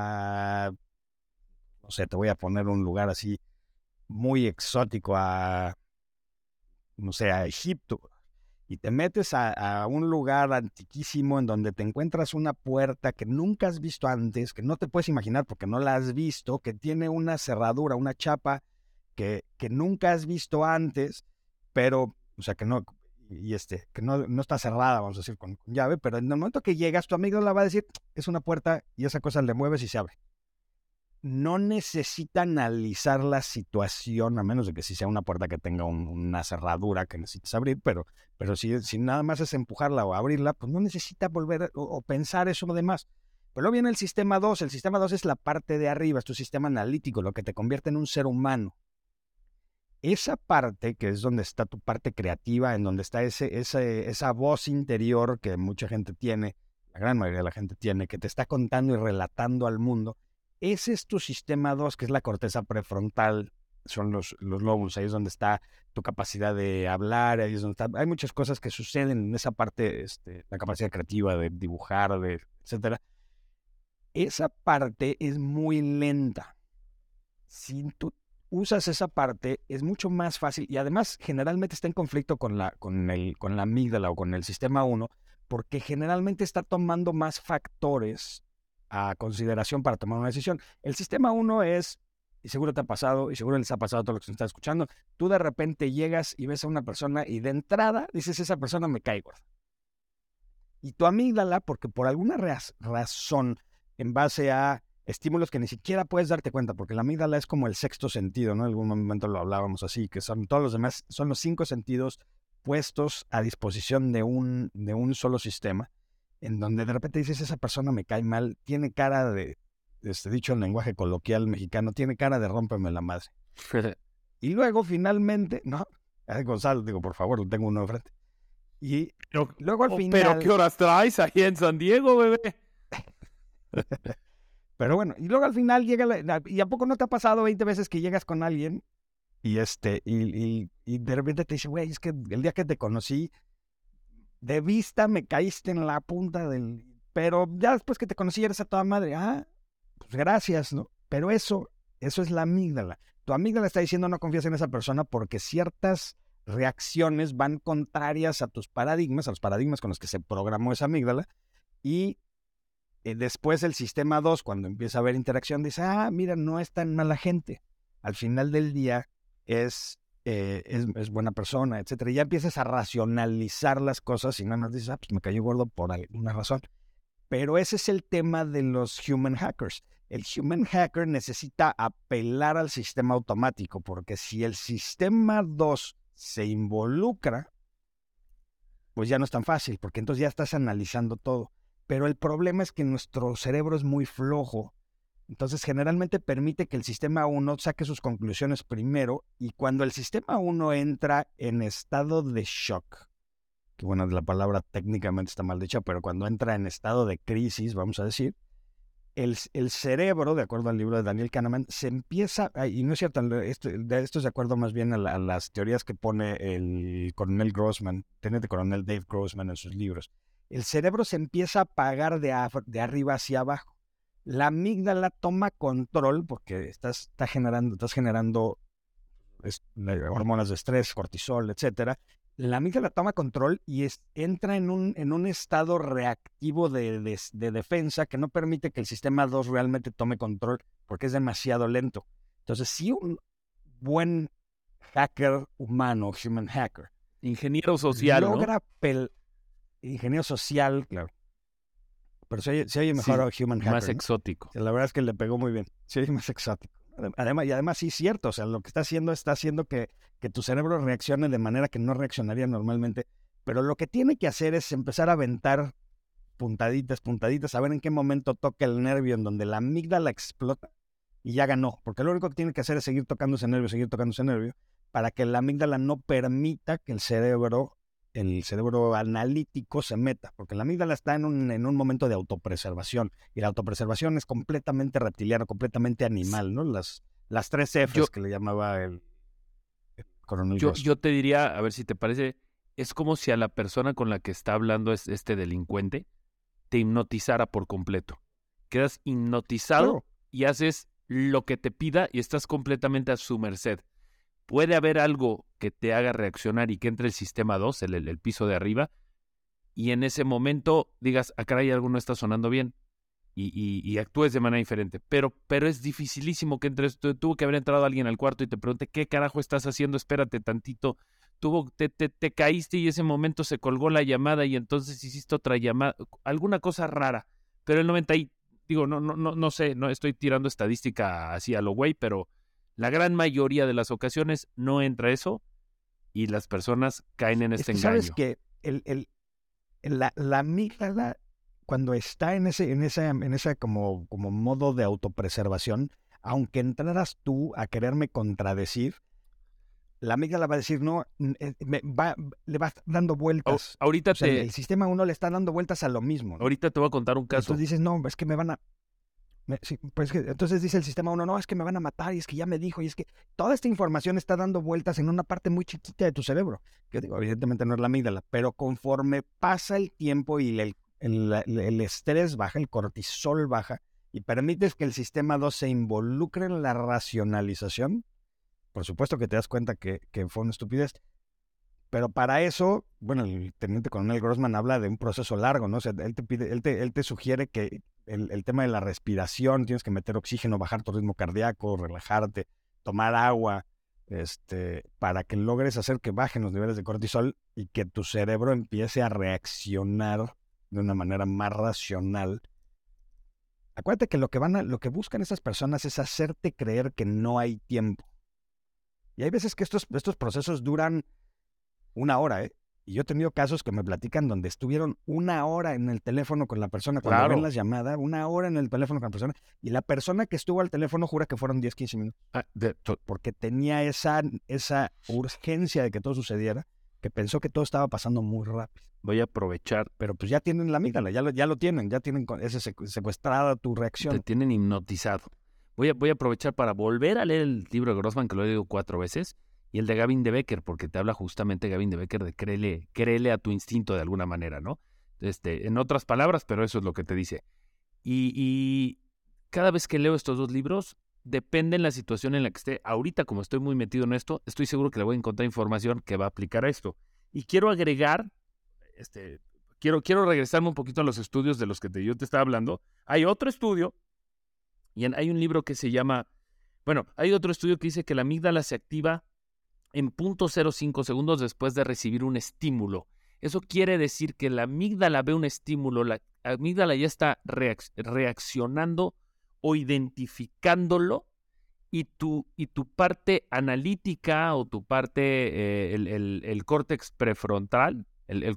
no sé, te voy a poner un lugar así muy exótico, no sé, a Egipto, y te metes a un lugar antiquísimo en donde te encuentras una puerta que nunca has visto antes, que no te puedes imaginar porque no la has visto, que tiene una cerradura, una chapa que nunca has visto antes, pero, o sea, que no, que no está cerrada, vamos a decir, con llave, pero en el momento que llegas, tu amigo la va a decir, es una puerta, y esa cosa le mueves y se abre. No necesita analizar la situación, a menos de que sí sea una puerta que tenga una cerradura que necesites abrir, pero si nada más es empujarla o abrirla, pues no necesita volver o pensar eso lo demás. Pero luego viene el sistema 2. El sistema 2 es la parte de arriba, es tu sistema analítico, lo que te convierte en un ser humano. Esa parte, que es donde está tu parte creativa, en donde está esa voz interior que mucha gente tiene, la gran mayoría de la gente tiene, que te está contando y relatando al mundo, ese es tu sistema 2, que es la corteza prefrontal, son los lóbulos, ahí es donde está tu capacidad de hablar, ahí es donde está, hay muchas cosas que suceden en esa parte, la capacidad creativa de dibujar, etcétera. Esa parte es muy lenta. Si tú usas esa parte, es mucho más fácil, y además generalmente está en conflicto con la amígdala o con el sistema 1, porque generalmente está tomando más factores a consideración para tomar una decisión. El sistema 1 es, y seguro te ha pasado, y seguro les ha pasado a todos los que nos están escuchando, tú de repente llegas y ves a una persona y de entrada dices, esa persona me cae gorda. Y tu amígdala, porque por alguna razón, en base a estímulos que ni siquiera puedes darte cuenta, porque la amígdala es como el sexto sentido, ¿no? En algún momento lo hablábamos así, que son todos los demás, son los 5 sentidos puestos a disposición de un solo sistema, en donde de repente dices, esa persona me cae mal, tiene cara de, dicho en lenguaje coloquial mexicano, tiene cara de rómpeme la madre. Y luego finalmente, ¿no? Gonzalo, digo, por favor, lo tengo uno de frente. Y luego al final... ¿Pero qué horas traes ahí en San Diego, bebé? Pero bueno, y luego al final llega, ¿y a poco no te ha pasado 20 veces que llegas con alguien y de repente te dice, güey, es que el día que te conocí, de vista me caíste en la punta pero ya después que te conocí eres a toda madre. Pues gracias, ¿no? Pero eso es la amígdala. Tu amígdala está diciendo no confías en esa persona porque ciertas reacciones van contrarias a tus paradigmas, a los paradigmas con los que se programó esa amígdala, y después el sistema 2, cuando empieza a haber interacción, dice, mira, no es tan mala gente. Al final del día es buena persona, etcétera. Y ya empiezas a racionalizar las cosas y nada más dices, pues me cayó gordo por alguna razón. Pero ese es el tema de los human hackers. El human hacker necesita apelar al sistema automático, porque si el sistema 2 se involucra, pues ya no es tan fácil, porque entonces ya estás analizando todo. Pero el problema es que nuestro cerebro es muy flojo. Entonces, generalmente permite que el sistema 1 saque sus conclusiones primero, y cuando el sistema 1 entra en estado de shock, que bueno, la palabra técnicamente está mal dicha, pero cuando entra en estado de crisis, vamos a decir, el cerebro, de acuerdo al libro de Daniel Kahneman, se empieza, y no es cierto, esto es de acuerdo más bien a las teorías que pone el coronel Grossman, teniente coronel Dave Grossman en sus libros. el cerebro se empieza a apagar de arriba hacia abajo. La amígdala toma control porque estás generando hormonas de estrés, cortisol, etcétera. La amígdala toma control y entra en un estado reactivo de defensa que no permite que el sistema 2 realmente tome control porque es demasiado lento. Entonces, si un buen hacker humano, human hacker, ingeniero social, logra ingeniero social, claro, pero se oye mejor human hacker, más ¿no? exótico. La verdad es que le pegó muy bien. Sí, más exótico. Además sí es cierto, o sea, lo que está haciendo que tu cerebro reaccione de manera que no reaccionaría normalmente, pero lo que tiene que hacer es empezar a aventar puntaditas, a ver en qué momento toca el nervio en donde la amígdala explota y ya ganó, porque lo único que tiene que hacer es seguir tocando ese nervio, para que la amígdala no permita que el cerebro analítico se meta, porque la amígdala está en un momento de autopreservación, y la autopreservación es completamente reptiliana, completamente animal, ¿no? Las 3 Fs que le llamaba el coronel Gross. Yo te diría, a ver si te parece, es como si a la persona con la que está hablando este delincuente te hipnotizara por completo. Quedas hipnotizado, claro, y haces lo que te pida y estás completamente a su merced. Puede haber algo que te haga reaccionar y que entre el sistema 2, el piso de arriba, y en ese momento digas, caray, algo no está sonando bien, y actúes de manera diferente. Pero es dificilísimo que entres. Tuvo que haber entrado alguien al cuarto y te pregunte, ¿qué carajo estás haciendo? Espérate tantito. Te caíste y ese momento se colgó la llamada y entonces hiciste otra llamada. Alguna cosa rara. Pero el 90 y... Digo, no sé, no estoy tirando estadística así a lo güey, pero la gran mayoría de las ocasiones no entra eso y las personas caen en este engaño. Sabes que la amígdala, cuando está en esa como modo de autopreservación, aunque entraras tú a quererme contradecir, la amígdala va a decir, no, le va dando vueltas. Ahorita el sistema 1 le está dando vueltas a lo mismo, ¿no? Ahorita te voy a contar un caso. Entonces dices, no, es que me van a... entonces dice el sistema 1, no, es que me van a matar, y es que ya me dijo, y es que toda esta información está dando vueltas en una parte muy chiquita de tu cerebro. Yo digo, evidentemente no es la amígdala, pero conforme pasa el tiempo y el estrés baja, el cortisol baja, y permites que el sistema 2 se involucre en la racionalización, por supuesto que te das cuenta que fue una estupidez. Pero para eso, bueno, el teniente coronel Grossman habla de un proceso largo, ¿no? O sea, él te sugiere que el tema de la respiración, tienes que meter oxígeno, bajar tu ritmo cardíaco, relajarte, tomar agua, para que logres hacer que bajen los niveles de cortisol y que tu cerebro empiece a reaccionar de una manera más racional. Acuérdate que lo que buscan esas personas es hacerte creer que no hay tiempo. Y hay veces que estos procesos duran 1 hora, ¿eh? Y yo he tenido casos que me platican donde estuvieron 1 hora en el teléfono con la persona, cuando claro, ven las llamadas, 1 hora en el teléfono con la persona, y la persona que estuvo al teléfono jura que fueron 10, 15 minutos. Porque tenía esa urgencia de que todo sucediera, que pensó que todo estaba pasando muy rápido. Voy a aprovechar. Pero pues ya tienen la amígdala, ya lo tienen secuestrada tu reacción. Te tienen hipnotizado. Voy a aprovechar para volver a leer el libro de Grossman, que lo he leído 4 veces, y el de Gavin de Becker, porque te habla justamente Gavin de Becker de créele a tu instinto de alguna manera, ¿no? En otras palabras, pero eso es lo que te dice. Y cada vez que leo estos 2 libros, depende en la situación en la que esté. Ahorita, como estoy muy metido en esto, estoy seguro que le voy a encontrar información que va a aplicar a esto. Y quiero agregar, quiero regresarme un poquito a los estudios de los que yo te estaba hablando. Hay otro estudio, y hay un libro que se llama... Bueno, hay otro estudio que dice que la amígdala se activa en 0.05 segundos después de recibir un estímulo. Eso quiere decir que la amígdala ve un estímulo, la amígdala ya está reaccionando o identificándolo, y tu parte analítica o tu parte, el córtex prefrontal, la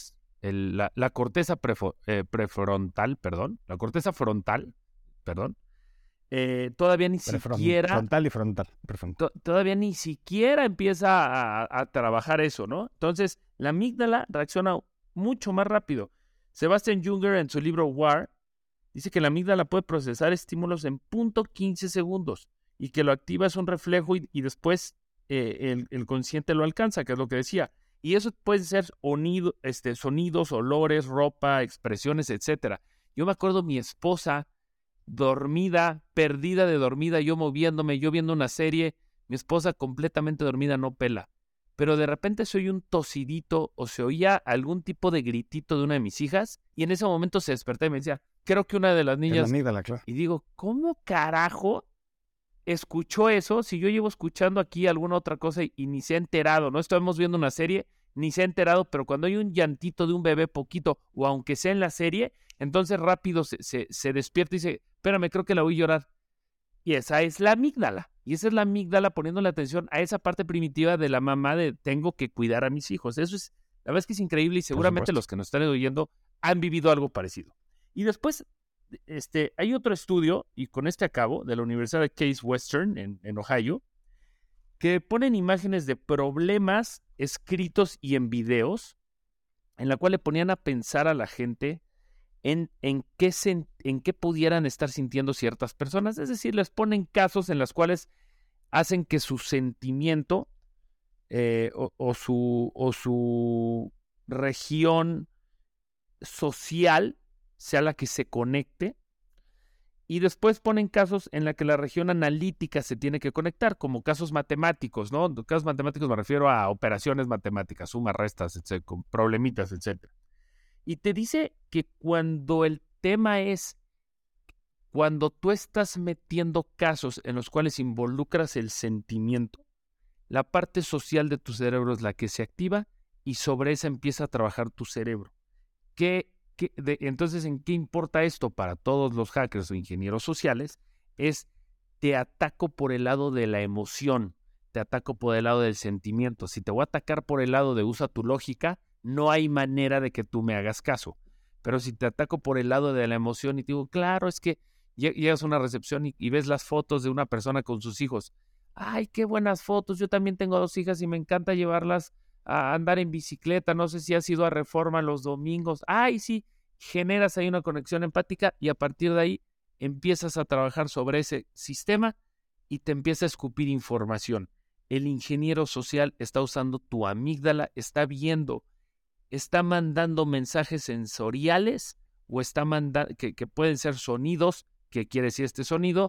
corteza prefrontal, perdón, la corteza frontal, perdón, todavía ni siquiera... Frontal y frontal. Todavía ni siquiera empieza a trabajar eso, ¿no? Entonces, la amígdala reacciona mucho más rápido. Sebastian Junger, en su libro War, dice que la amígdala puede procesar estímulos en 0.15 segundos y que lo activa es un reflejo y después el consciente lo alcanza, que es lo que decía. Y eso pueden ser sonidos, olores, ropa, expresiones, etcétera. Yo me acuerdo mi esposa dormida, perdida de dormida, yo moviéndome, yo viendo una serie, mi esposa completamente dormida, no pela. Pero de repente se oye un tosidito o se oía algún tipo de gritito de una de mis hijas y en ese momento se desperté y me decía, creo que una de las niñas... Es la amígdala, claro. Y digo, ¿cómo carajo escuchó eso si yo llevo escuchando aquí alguna otra cosa y ni se ha enterado? No estamos viendo una serie, ni se ha enterado, pero cuando hay un llantito de un bebé poquito o aunque sea en la serie, entonces rápido se despierta y dice, espérame, creo que la oí llorar. Y esa es la amígdala. Y esa es la amígdala poniéndole atención a esa parte primitiva de la mamá de tengo que cuidar a mis hijos. Eso es, la verdad es que es increíble y seguramente los que nos están oyendo han vivido algo parecido. Y después, hay otro estudio, y con este acabo, de la Universidad de Case Western en Ohio, que ponen imágenes de problemas escritos y en videos, en la cual le ponían a pensar a la gente en qué pudieran estar sintiendo ciertas personas. Es decir, les ponen casos en los cuales hacen que su sentimiento o su región social sea la que se conecte. Y después ponen casos en la que la región analítica se tiene que conectar, como casos matemáticos, ¿no? Casos matemáticos me refiero a operaciones matemáticas, sumas, restas, con problemitas, etc. Y te dice que cuando el tema es, cuando tú estás metiendo casos en los cuales involucras el sentimiento, la parte social de tu cerebro es la que se activa y sobre esa empieza a trabajar tu cerebro. Entonces, ¿en qué importa esto para todos los hackers o ingenieros sociales? Te ataco por el lado de la emoción, te ataco por el lado del sentimiento. Si te voy a atacar por el lado de usa tu lógica, no hay manera de que tú me hagas caso. Pero si te ataco por el lado de la emoción y te digo, claro, es que llegas a una recepción y ves las fotos de una persona con sus hijos. ¡Ay, qué buenas fotos! Yo también tengo 2 hijas y me encanta llevarlas a andar en bicicleta. No sé si has ido a Reforma los domingos. ¡Ay, sí! Generas ahí una conexión empática y a partir de ahí empiezas a trabajar sobre ese sistema y te empieza a escupir información. El ingeniero social está usando tu amígdala, está viendo, está mandando mensajes sensoriales o está mandando, que pueden ser sonidos, que quiere decir este sonido,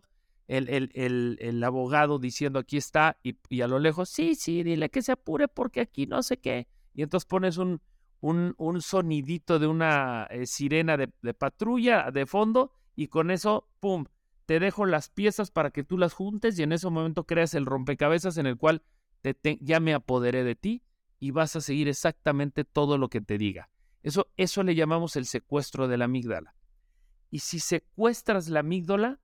el abogado diciendo aquí está y a lo lejos, sí, dile que se apure porque aquí no sé qué. Y entonces pones un sonidito de una sirena de patrulla de fondo y con eso, ¡pum!, te dejo las piezas para que tú las juntes y en ese momento creas el rompecabezas en el cual ya me apoderé de ti y vas a seguir exactamente todo lo que te diga. Eso le llamamos el secuestro de la amígdala. Y si secuestras la amígdala,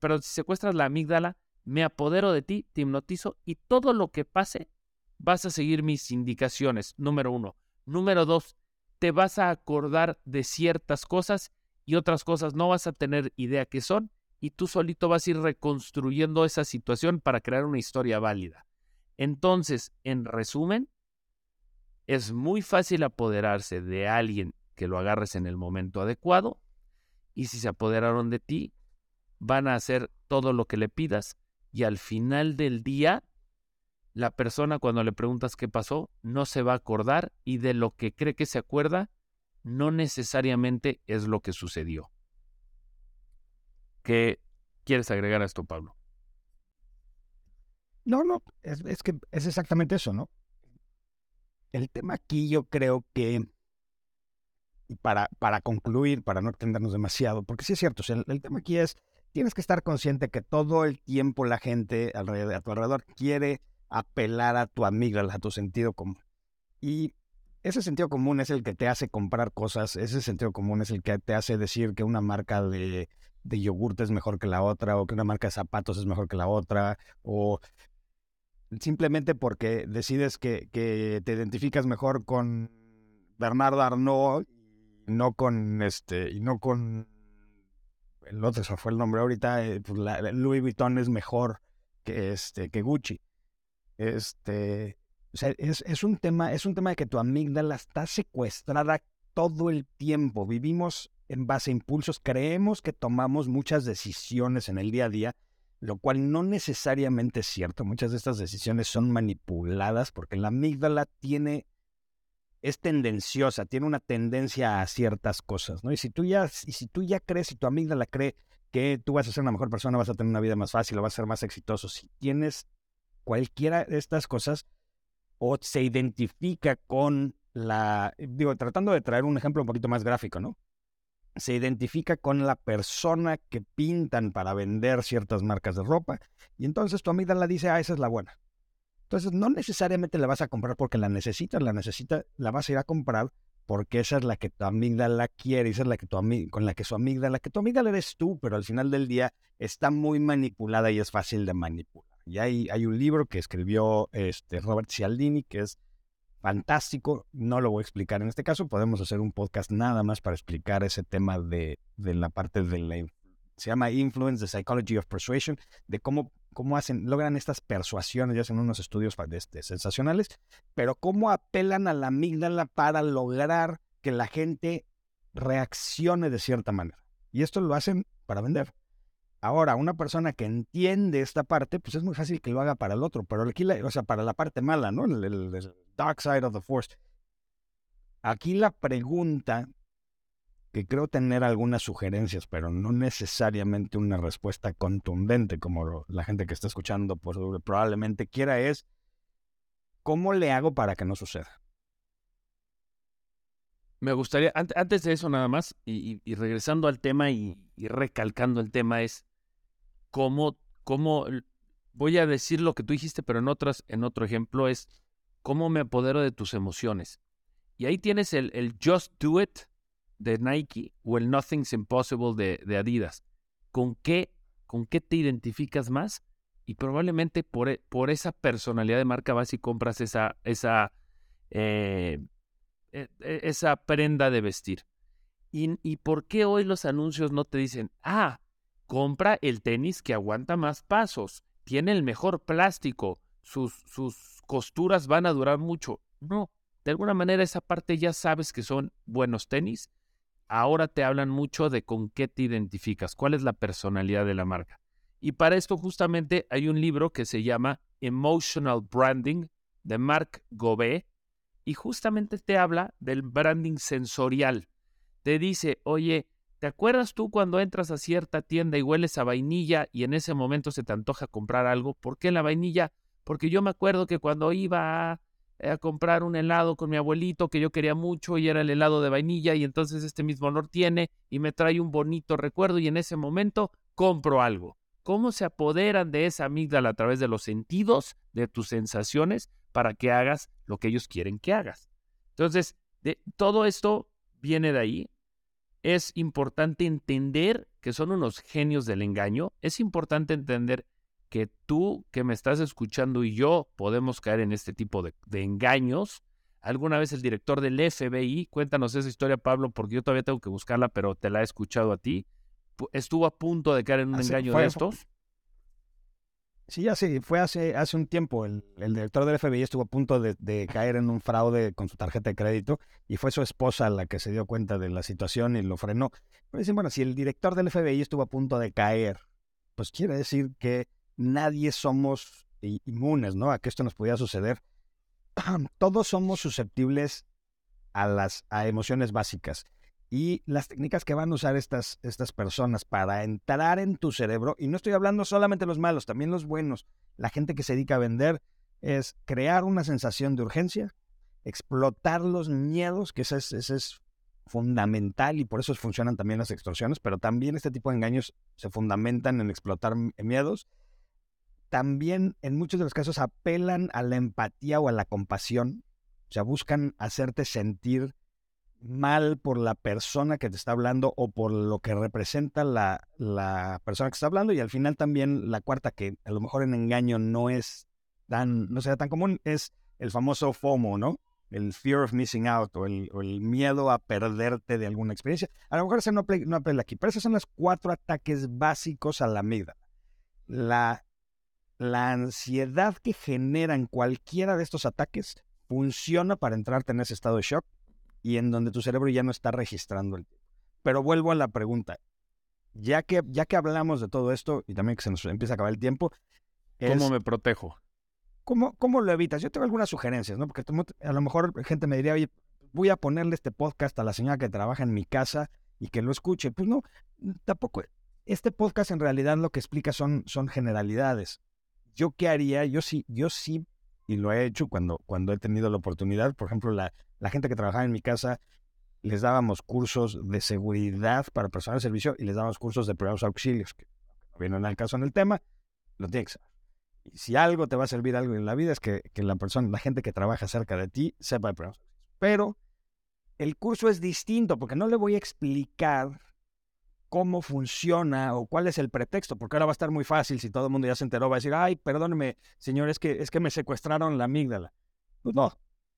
me apodero de ti, te hipnotizo y todo lo que pase vas a seguir mis indicaciones, número 1. Número 2, te vas a acordar de ciertas cosas y otras cosas no vas a tener idea qué son y tú solito vas a ir reconstruyendo esa situación para crear una historia válida. Entonces, en resumen, es muy fácil apoderarse de alguien que lo agarres en el momento adecuado y si se apoderaron de ti, van a hacer todo lo que le pidas y al final del día, la persona cuando le preguntas qué pasó, no se va a acordar y de lo que cree que se acuerda, no necesariamente es lo que sucedió. ¿Qué quieres agregar a esto, Pablo? No, es que es exactamente eso, ¿no? El tema aquí yo creo que, y para concluir, para no extendernos demasiado, porque sí es cierto, o sea, el tema aquí es, tienes que estar consciente que todo el tiempo la gente a tu alrededor quiere apelar a tu amígdala, a tu sentido común. Y ese sentido común es el que te hace comprar cosas, ese sentido común es el que te hace decir que una marca de yogurt es mejor que la otra, o que una marca de zapatos es mejor que la otra, o simplemente porque decides que te identificas mejor con Bernardo Arnault y no con el otro, se fue el nombre ahorita, pues Louis Vuitton es mejor que Gucci. O sea, es un tema de que tu amígdala está secuestrada todo el tiempo. Vivimos en base a impulsos, creemos que tomamos muchas decisiones en el día a día, lo cual no necesariamente es cierto. Muchas de estas decisiones son manipuladas porque la amígdala tiene es tendenciosa, tiene una tendencia a ciertas cosas, ¿no? Y si tú ya crees, si tu amígdala cree que tú vas a ser una mejor persona, vas a tener una vida más fácil o vas a ser más exitoso, si tienes cualquiera de estas cosas o se identifica con tratando de traer un ejemplo un poquito más gráfico, ¿no? Se identifica con la persona que pintan para vender ciertas marcas de ropa y entonces tu amígdala dice, esa es la buena. Entonces no necesariamente la vas a comprar porque la vas a ir a comprar porque esa es la que tu amígdala quiere, esa es la que tu amígdala eres tú, pero al final del día está muy manipulada y es fácil de manipular. Y hay un libro que escribió Robert Cialdini que es fantástico, no lo voy a explicar en este caso, podemos hacer un podcast nada más para explicar ese tema de la parte se llama Influence, the Psychology of Persuasion, de cómo logran estas persuasiones, ya hacen unos estudios sensacionales, pero cómo apelan a la amígdala para lograr que la gente reaccione de cierta manera. Y esto lo hacen para vender. Ahora, una persona que entiende esta parte, pues es muy fácil que lo haga para el otro, pero aquí, para la parte mala, ¿no? El dark side of the force. Aquí la pregunta, que creo tener algunas sugerencias, pero no necesariamente una respuesta contundente, como la gente que está escuchando probablemente quiera, es ¿cómo le hago para que no suceda? Me gustaría, antes de eso nada más, y regresando al tema y recalcando el tema, es cómo, voy a decir lo que tú dijiste, pero en otro ejemplo es cómo me apodero de tus emociones. Y ahí tienes el Just Do It de Nike o el Nothing's Impossible de Adidas. ¿Con qué te identificas más? Y probablemente por esa personalidad de marca vas y compras esa prenda de vestir. ¿Y por qué hoy los anuncios no te dicen, compra el tenis que aguanta más pasos, tiene el mejor plástico, sus costuras van a durar mucho? No, de alguna manera esa parte ya sabes que son buenos tenis. Ahora te hablan mucho de con qué te identificas, cuál es la personalidad de la marca. Y para esto justamente hay un libro que se llama Emotional Branding de Mark Gobet, y justamente te habla del branding sensorial. Te dice, oye, ¿te acuerdas tú cuando entras a cierta tienda y hueles a vainilla y en ese momento se te antoja comprar algo? ¿Por qué la vainilla? Porque yo me acuerdo que cuando iba a comprar un helado con mi abuelito que yo quería mucho y era el helado de vainilla y entonces este mismo olor tiene y me trae un bonito recuerdo y en ese momento compro algo. ¿Cómo se apoderan de esa amígdala a través de los sentidos, de tus sensaciones, para que hagas lo que ellos quieren que hagas? Entonces, todo esto viene de ahí. Es importante entender que son unos genios del engaño. Es importante entender que tú que me estás escuchando y yo podemos caer en este tipo de engaños. Alguna vez el director del FBI, cuéntanos esa historia, Pablo, porque yo todavía tengo que buscarla, pero te la he escuchado a ti. ¿Estuvo a punto de caer en un engaño de estos? Sí, fue hace un tiempo. El director del FBI estuvo a punto de caer en un fraude con su tarjeta de crédito y fue su esposa la que se dio cuenta de la situación y lo frenó. Pero dicen, bueno, si el director del FBI estuvo a punto de caer, pues quiere decir que nadie somos inmunes, ¿no? A que esto nos pudiera suceder. Todos somos susceptibles a emociones básicas. Y las técnicas que van a usar estas personas para entrar en tu cerebro, y no estoy hablando solamente de los malos, también los buenos, la gente que se dedica a vender, es crear una sensación de urgencia, explotar los miedos, que ese es fundamental y por eso funcionan también las extorsiones, pero también este tipo de engaños se fundamentan en explotar miedos. También en muchos de los casos apelan a la empatía o a la compasión, o sea, buscan hacerte sentir mal por la persona que te está hablando o por lo que representa la persona que está hablando. Y al final también la cuarta, que a lo mejor en engaño no será tan común, es el famoso FOMO, ¿no? El fear of missing out o el miedo a perderte de alguna experiencia. A lo mejor ese no apela aquí, pero esos son los 4 ataques básicos a la amígdala. La ansiedad que generan cualquiera de estos ataques funciona para entrarte en ese estado de shock y en donde tu cerebro ya no está registrando el tiempo. Pero vuelvo a la pregunta. Ya que hablamos de todo esto y también que se nos empieza a acabar el tiempo. ¿Cómo me protejo? ¿Cómo lo evitas? Yo tengo algunas sugerencias, ¿no? Porque a lo mejor gente me diría, oye, voy a ponerle este podcast a la señora que trabaja en mi casa y que lo escuche. Pues no, tampoco. Este podcast en realidad lo que explica son generalidades. ¿Yo qué haría? Yo sí, y lo he hecho cuando he tenido la oportunidad. Por ejemplo, la gente que trabajaba en mi casa, les dábamos cursos de seguridad para personal de servicio y les dábamos cursos de primeros auxilios, que no vienen al caso en el tema, lo tienes que saber. Y si algo te va a servir algo en la vida es que la gente que trabaja cerca de ti sepa de primeros auxilios. Pero el curso es distinto porque no le voy a explicar cómo funciona o cuál es el pretexto, porque ahora va a estar muy fácil si todo el mundo ya se enteró, va a decir, ay, perdóneme, señor, es que me secuestraron la amígdala. Pues no,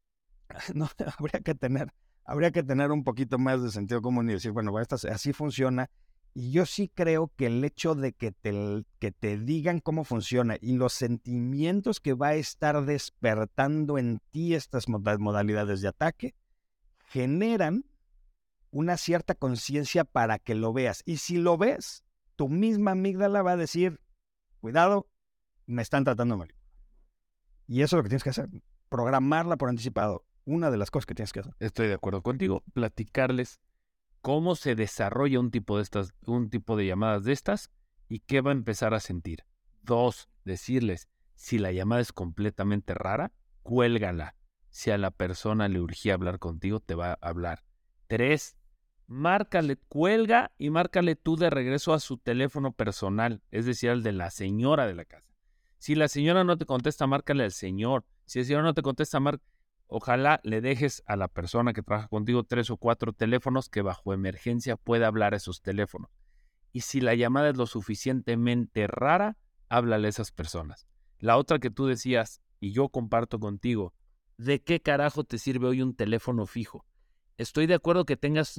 habría que tener un poquito más de sentido común y decir, bueno, así funciona. Y yo sí creo que el hecho de que te digan cómo funciona y los sentimientos que va a estar despertando en ti estas modalidades de ataque generan una cierta conciencia para que lo veas. Y si lo ves, tu misma amígdala va a decir, cuidado, me están tratando mal. Y eso es lo que tienes que hacer, programarla por anticipado. Una de las cosas que tienes que hacer. Estoy de acuerdo contigo. Platicarles cómo se desarrolla un tipo de llamadas de estas y qué va a empezar a sentir. 2, decirles, si la llamada es completamente rara, cuélgala. Si a la persona le urgía hablar contigo, te va a hablar. 3, cuelga y márcale tú de regreso a su teléfono personal, es decir, al de la señora de la casa. Si la señora no te contesta, márcale al señor. Si el señor no te contesta, ojalá le dejes a la persona que trabaja contigo 3 o 4 teléfonos que bajo emergencia pueda hablar a esos teléfonos. Y si la llamada es lo suficientemente rara, háblale a esas personas. La otra que tú decías, y yo comparto contigo, ¿de qué carajo te sirve hoy un teléfono fijo? Estoy de acuerdo que tengas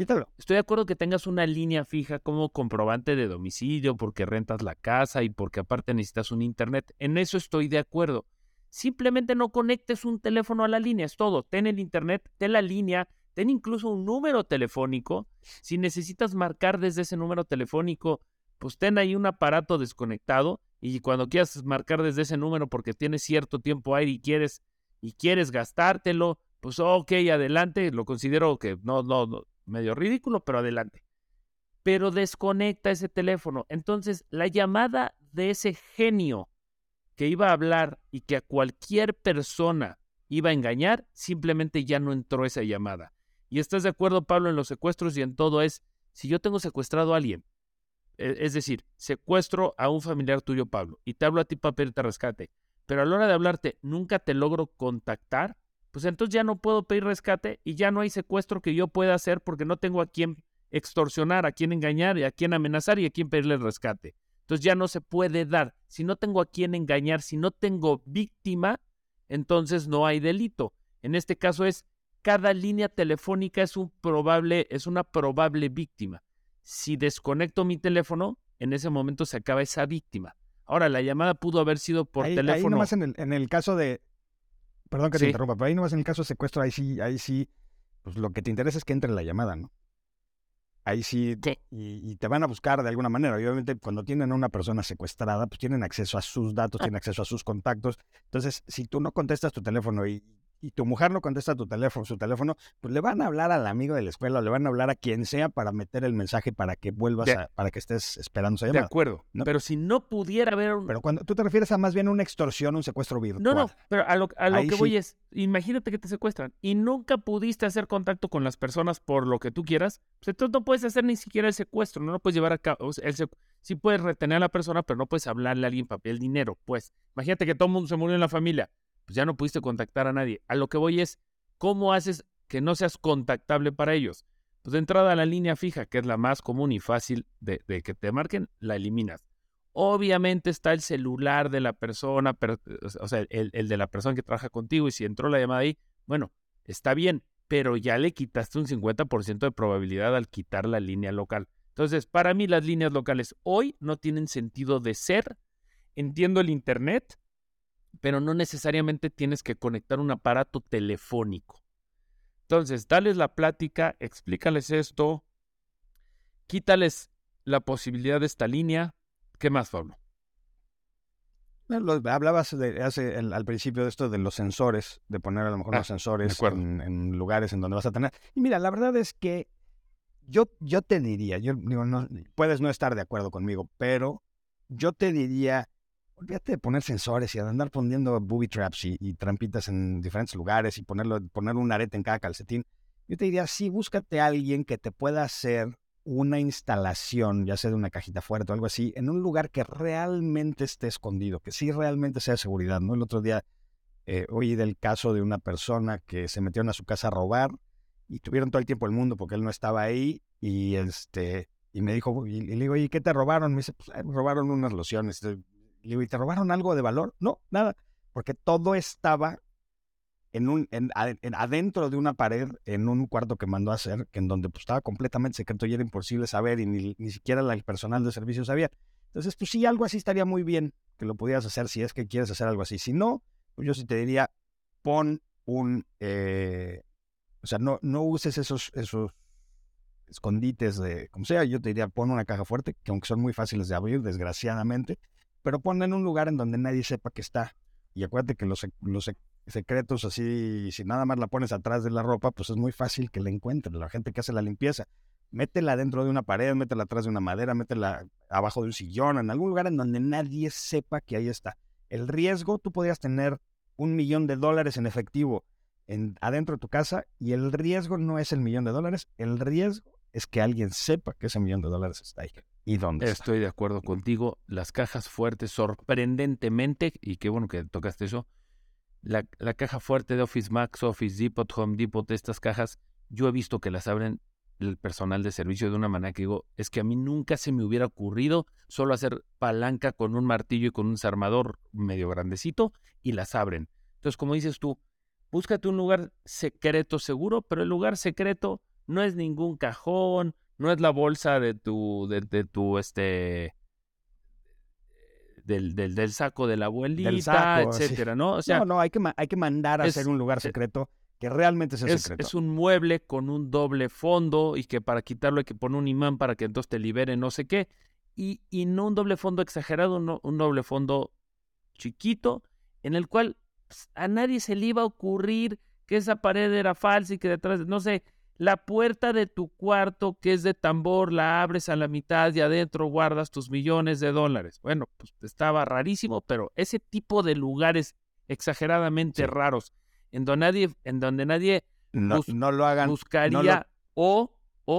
una línea fija como comprobante de domicilio porque rentas la casa y porque aparte necesitas un internet. En eso estoy de acuerdo. Simplemente no conectes un teléfono a la línea, es todo. Ten el internet, ten la línea, ten incluso un número telefónico. Si necesitas marcar desde ese número telefónico, pues ten ahí un aparato desconectado y cuando quieras marcar desde ese número porque tienes cierto tiempo aire y quieres gastártelo, pues ok, adelante, lo considero que no, medio ridículo, pero adelante. Pero desconecta ese teléfono. Entonces, la llamada de ese genio que iba a hablar y que a cualquier persona iba a engañar, simplemente ya no entró esa llamada. Y estás de acuerdo, Pablo, en los secuestros y en todo si yo tengo secuestrado a alguien, es decir, secuestro a un familiar tuyo, Pablo, y te hablo a ti para pedirte rescate, pero a la hora de hablarte nunca te logro contactar, pues entonces ya no puedo pedir rescate y ya no hay secuestro que yo pueda hacer porque no tengo a quién extorsionar, a quién engañar, y a quién amenazar y a quién pedirle rescate. Entonces ya no se puede dar. Si no tengo a quién engañar, si no tengo víctima, entonces no hay delito. En este caso cada línea telefónica es una probable víctima. Si desconecto mi teléfono, en ese momento se acaba esa víctima. Ahora, la llamada pudo haber sido por teléfono. Ahí nomás en el caso de... Perdón que te interrumpa, pero ahí nomás en el caso de secuestro, ahí sí, pues lo que te interesa es que entre en la llamada, ¿no? Ahí sí. Y te van a buscar de alguna manera. Obviamente, cuando tienen a una persona secuestrada, pues tienen acceso a sus datos, tienen acceso a sus contactos. Entonces, si tú no contestas tu teléfono y tu mujer no contesta su teléfono, pues le van a hablar al amigo de la escuela, o le van a hablar a quien sea para meter el mensaje para que vuelvas para que estés esperando esa llamada. De acuerdo, ¿no? Pero si no pudiera haber... Pero cuando tú te refieres a más bien una extorsión, un secuestro virtual. No, pero a lo que voy es, imagínate que te secuestran y nunca pudiste hacer contacto con las personas por lo que tú quieras, pues entonces no puedes hacer ni siquiera el secuestro, no lo puedes llevar a cabo. O sea, sí puedes retener a la persona, pero no puedes hablarle a alguien para pedir el dinero. Pues imagínate que todo el mundo se murió en la familia, pues ya no pudiste contactar a nadie. A lo que voy es, ¿cómo haces que no seas contactable para ellos? Pues de entrada a la línea fija, que es la más común y fácil de que te marquen, la eliminas. Obviamente está el celular de la persona, o sea, el de la persona que trabaja contigo, y si entró la llamada ahí, bueno, está bien, pero ya le quitaste un 50% de probabilidad al quitar la línea local. Entonces, para mí las líneas locales hoy no tienen sentido de ser. Entiendo el internet, pero no necesariamente tienes que conectar un aparato telefónico. Entonces, dales la plática, explícales esto, quítales la posibilidad de esta línea. ¿Qué más, Pablo? Hablabas al principio de esto de los sensores, de poner a lo mejor unos de sensores acuerdo. en lugares en donde vas a tener. Y mira, la verdad es que yo te diría, yo digo, no, puedes no estar de acuerdo conmigo, pero yo te diría, olvídate de poner sensores y de andar poniendo booby traps y trampitas en diferentes lugares y poner un arete en cada calcetín. Yo te diría, sí, búscate a alguien que te pueda hacer una instalación, ya sea de una cajita fuerte o algo así, en un lugar que realmente esté escondido, que sí realmente sea seguridad, ¿no? El otro día oí del caso de una persona que se metieron a su casa a robar y tuvieron todo el tiempo del mundo porque él no estaba ahí y me dijo, y le digo, ¿y qué te robaron? Me dice, pues robaron unas lociones. Le digo, ¿y te robaron algo de valor? No, nada, porque todo estaba adentro de una pared, en un cuarto que mandó a hacer, en donde pues, estaba completamente secreto y era imposible saber y ni siquiera el personal de servicio sabía. Entonces, pues sí, algo así estaría muy bien que lo pudieras hacer si es que quieres hacer algo así. Si no, pues yo sí te diría, pon o sea, no uses esos escondites de, como sea, yo te diría, pon una caja fuerte, que aunque son muy fáciles de abrir, desgraciadamente, pero ponla en un lugar en donde nadie sepa que está. Y acuérdate que los secretos así, si nada más la pones atrás de la ropa, pues es muy fácil que la encuentren, la gente que hace la limpieza. Métela dentro de una pared, métela atrás de una madera, métela abajo de un sillón, en algún lugar en donde nadie sepa que ahí está. El riesgo, tú podrías tener $1,000,000 en efectivo adentro de tu casa y el riesgo no es el $1,000,000, el riesgo es que alguien sepa que ese $1,000,000 está ahí. ¿Y dónde está? Estoy de acuerdo contigo. Las cajas fuertes, sorprendentemente, y qué bueno que tocaste eso, la caja fuerte de Office Max, Office Depot, Home Depot, estas cajas, yo he visto que las abren el personal de servicio de una manera que digo, es que a mí nunca se me hubiera ocurrido solo hacer palanca con un martillo y con un desarmador medio grandecito y las abren. Entonces, como dices tú, búscate un lugar secreto seguro, pero el lugar secreto no es ningún cajón, no es la bolsa de tu del saco de la abuelita, Del saco, etcétera, sí. ¿no? O sea, No, hay que mandar a hacer un lugar secreto que realmente sea secreto. Es un mueble con un doble fondo y que para quitarlo hay que poner un imán para que entonces te libere no sé qué. Y no un doble fondo exagerado, no, un doble fondo chiquito en el cual pues, a nadie se le iba a ocurrir que esa pared era falsa y que detrás, no sé, la puerta de tu cuarto que es de tambor la abres a la mitad y adentro guardas tus $1,000,000. Bueno, pues estaba rarísimo, pero ese tipo de lugares exageradamente raros en donde nadie no lo hagan, buscaría o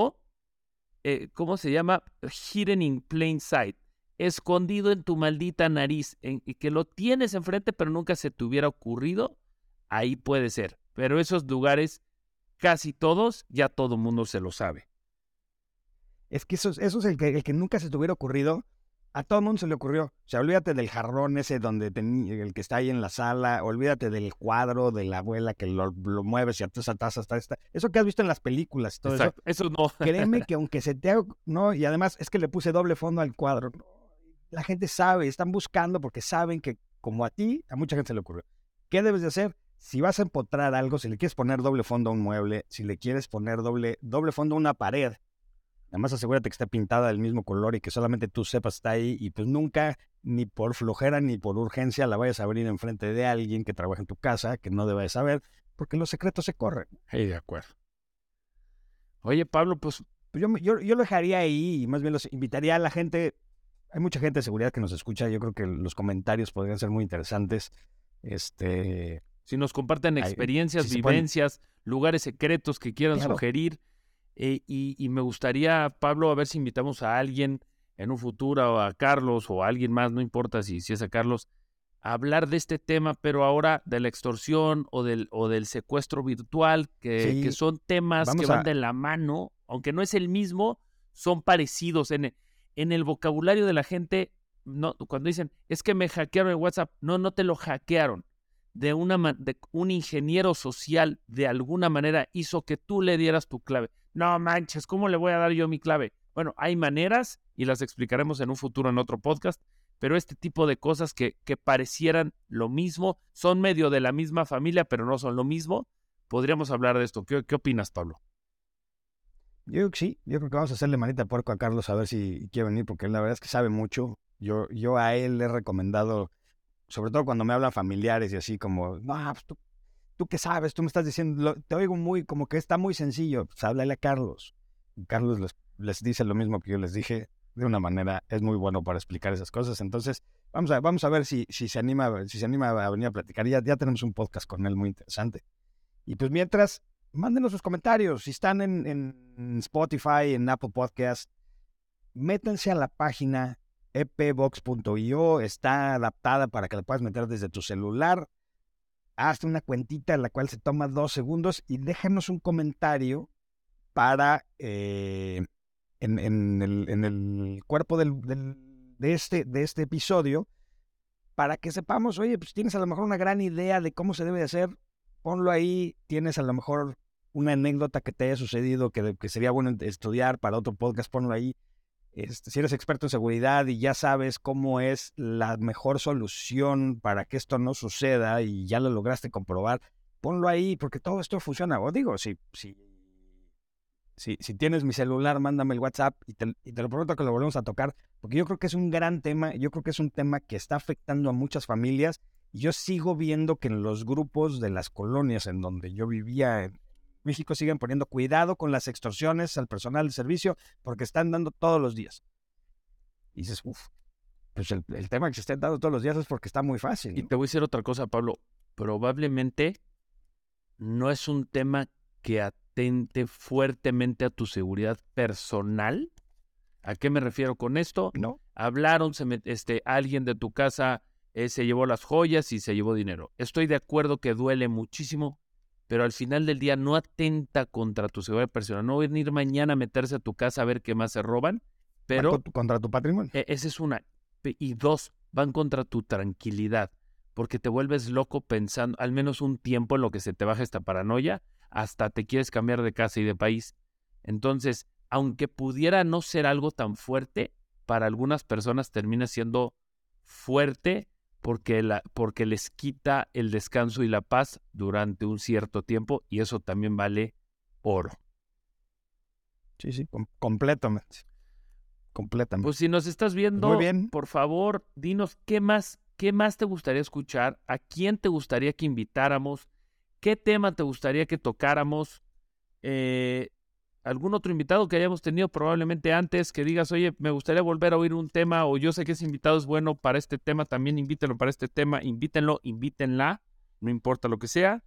¿cómo se llama? Hidden in plain sight, escondido en tu maldita nariz, y que lo tienes enfrente pero nunca se te hubiera ocurrido, ahí puede ser. Pero esos lugares, casi todos, ya todo el mundo se lo sabe. Es que eso es el que nunca se te hubiera ocurrido. A todo el mundo se le ocurrió. O sea, olvídate del jarrón ese el que está ahí en la sala. Olvídate del cuadro de la abuela que lo mueves y esa taza está esta. Eso que has visto en las películas y todo Exacto. Eso no. Créeme que aunque se te haga... No, y además es que le puse doble fondo al cuadro. La gente sabe, están buscando porque saben que como a ti, a mucha gente se le ocurrió. ¿Qué debes de hacer? Si vas a empotrar algo, si le quieres poner doble fondo a un mueble, si le quieres poner doble fondo a una pared, además asegúrate que esté pintada del mismo color y que solamente tú sepas está ahí y pues nunca, ni por flojera ni por urgencia, la vayas a abrir enfrente de alguien que trabaja en tu casa, que no debe de saber, porque los secretos se corren. Hey, de acuerdo. Oye, Pablo, pues yo lo dejaría ahí y más bien los invitaría a la gente. Hay mucha gente de seguridad que nos escucha. Yo creo que los comentarios podrían ser muy interesantes. Si nos comparten experiencias, vivencias, lugares secretos que quieran sugerir. Y me gustaría, Pablo, a ver si invitamos a alguien en un futuro, o a Carlos o a alguien más, no importa si es a Carlos, a hablar de este tema, pero ahora de la extorsión o del secuestro virtual, que son temas que van de la mano, aunque no es el mismo, son parecidos. En el vocabulario de la gente, no, cuando dicen, es que me hackearon el WhatsApp, no te lo hackearon. De un ingeniero social de alguna manera hizo que tú le dieras tu clave. No manches, ¿cómo le voy a dar yo mi clave? Bueno, hay maneras y las explicaremos en un futuro en otro podcast, pero este tipo de cosas que parecieran lo mismo, son medio de la misma familia, pero no son lo mismo, podríamos hablar de esto. ¿Qué opinas, Pablo? Yo creo que vamos a hacerle manita de puerco a Carlos a ver si quiere venir, porque la verdad es que sabe mucho. Yo a él le he recomendado sobre todo cuando me hablan familiares y así como, no, pues tú qué sabes, tú me estás diciendo, te oigo muy, como que está muy sencillo, pues háblale a Carlos. Y Carlos les dice lo mismo que yo les dije, de una manera, es muy bueno para explicar esas cosas. Entonces, vamos a ver si se anima a venir a platicar. Ya tenemos un podcast con él muy interesante. Y pues mientras, mándenos sus comentarios. Si están en Spotify, en Apple Podcast, métanse a la página epbox.io. Está adaptada para que la puedas meter desde tu celular. Hazte una cuentita en la cual se toma 2 segundos y déjanos un comentario para en el cuerpo de este episodio, para que sepamos, oye, pues tienes a lo mejor una gran idea de cómo se debe de hacer, ponlo ahí. Tienes a lo mejor una anécdota que te haya sucedido que sería bueno estudiar para otro podcast, ponlo ahí. Si eres experto en seguridad y ya sabes cómo es la mejor solución para que esto no suceda y ya lo lograste comprobar, ponlo ahí, porque todo esto funciona. O digo, si tienes mi celular, mándame el WhatsApp y te lo prometo que lo volvemos a tocar, porque yo creo que es un gran tema. Yo creo que es un tema que está afectando a muchas familias. Y yo sigo viendo que en los grupos de las colonias en donde yo vivía en México siguen poniendo cuidado con las extorsiones al personal de servicio, porque están dando todos los días. Y dices, pues el tema que se estén dando todos los días es porque está muy fácil, ¿no? Y te voy a decir otra cosa, Pablo. Probablemente no es un tema que atente fuertemente a tu seguridad personal. ¿A qué me refiero con esto? No. Hablaron, alguien de tu casa se llevó las joyas y se llevó dinero. Estoy de acuerdo que duele muchísimo, pero al final del día no atenta contra tu seguridad personal. No venir mañana a meterse a tu casa a ver qué más se roban, pero... Contra tu patrimonio. Esa es una. Y 2, van contra tu tranquilidad, porque te vuelves loco pensando, al menos un tiempo en lo que se te baja esta paranoia, hasta te quieres cambiar de casa y de país. Entonces, aunque pudiera no ser algo tan fuerte, para algunas personas termina siendo fuerte porque les quita el descanso y la paz durante un cierto tiempo, y eso también vale oro. Sí, completamente. Pues si nos estás viendo, muy bien, por favor, dinos qué más te gustaría escuchar, a quién te gustaría que invitáramos, qué tema te gustaría que tocáramos, algún otro invitado que hayamos tenido probablemente antes, que digas, oye, me gustaría volver a oír un tema, o yo sé que ese invitado es bueno para este tema, también invítenlo para este tema, invítenla, no importa lo que sea.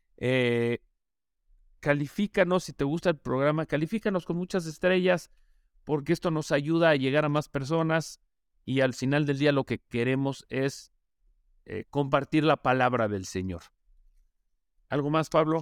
Califícanos si te gusta el programa, califícanos con muchas estrellas, porque esto nos ayuda a llegar a más personas, y al final del día lo que queremos es compartir la palabra del Señor. ¿Algo más, Pablo?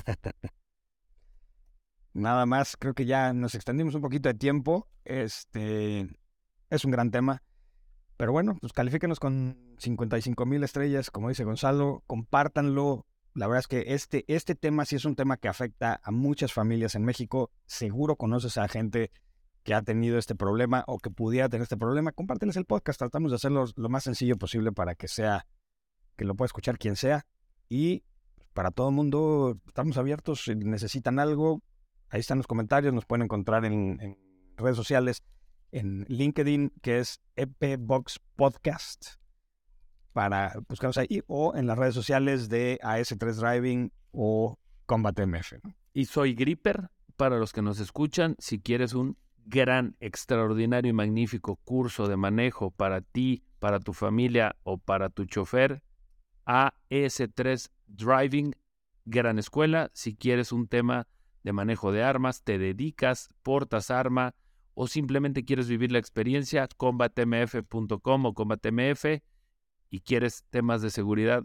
Nada más, creo que ya nos extendimos un poquito de tiempo. Es un gran tema. Pero bueno, pues califíquenos con 55,000 estrellas, como dice Gonzalo. Compártanlo. La verdad es que este tema sí es un tema que afecta a muchas familias en México. Seguro conoces a gente que ha tenido este problema o que pudiera tener este problema. Compárteles el podcast. Tratamos de hacerlo lo más sencillo posible para que lo pueda escuchar quien sea. Y para todo el mundo, estamos abiertos. Si necesitan algo, ahí están los comentarios. Nos pueden encontrar en redes sociales, en LinkedIn, que es epbox podcast, para buscarnos ahí, o en las redes sociales de AS3 Driving o Combat MF, ¿no? Y soy Gripper, para los que nos escuchan. Si quieres un gran, extraordinario y magnífico curso de manejo para ti, para tu familia o para tu chofer, AS3 Driving, gran escuela. Si quieres un tema de manejo de armas, te dedicas, portas arma o simplemente quieres vivir la experiencia, combatmf.com o combatmf, y quieres temas de seguridad,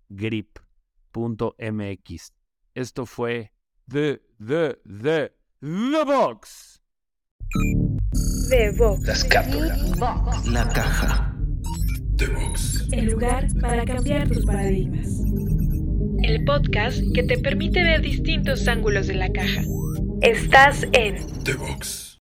grip.mx. Esto fue The Box. The Box. Las cápsulas. La caja. The Box. El lugar para cambiar tus paradigmas. El podcast que te permite ver distintos ángulos de la caja. Estás en The Box.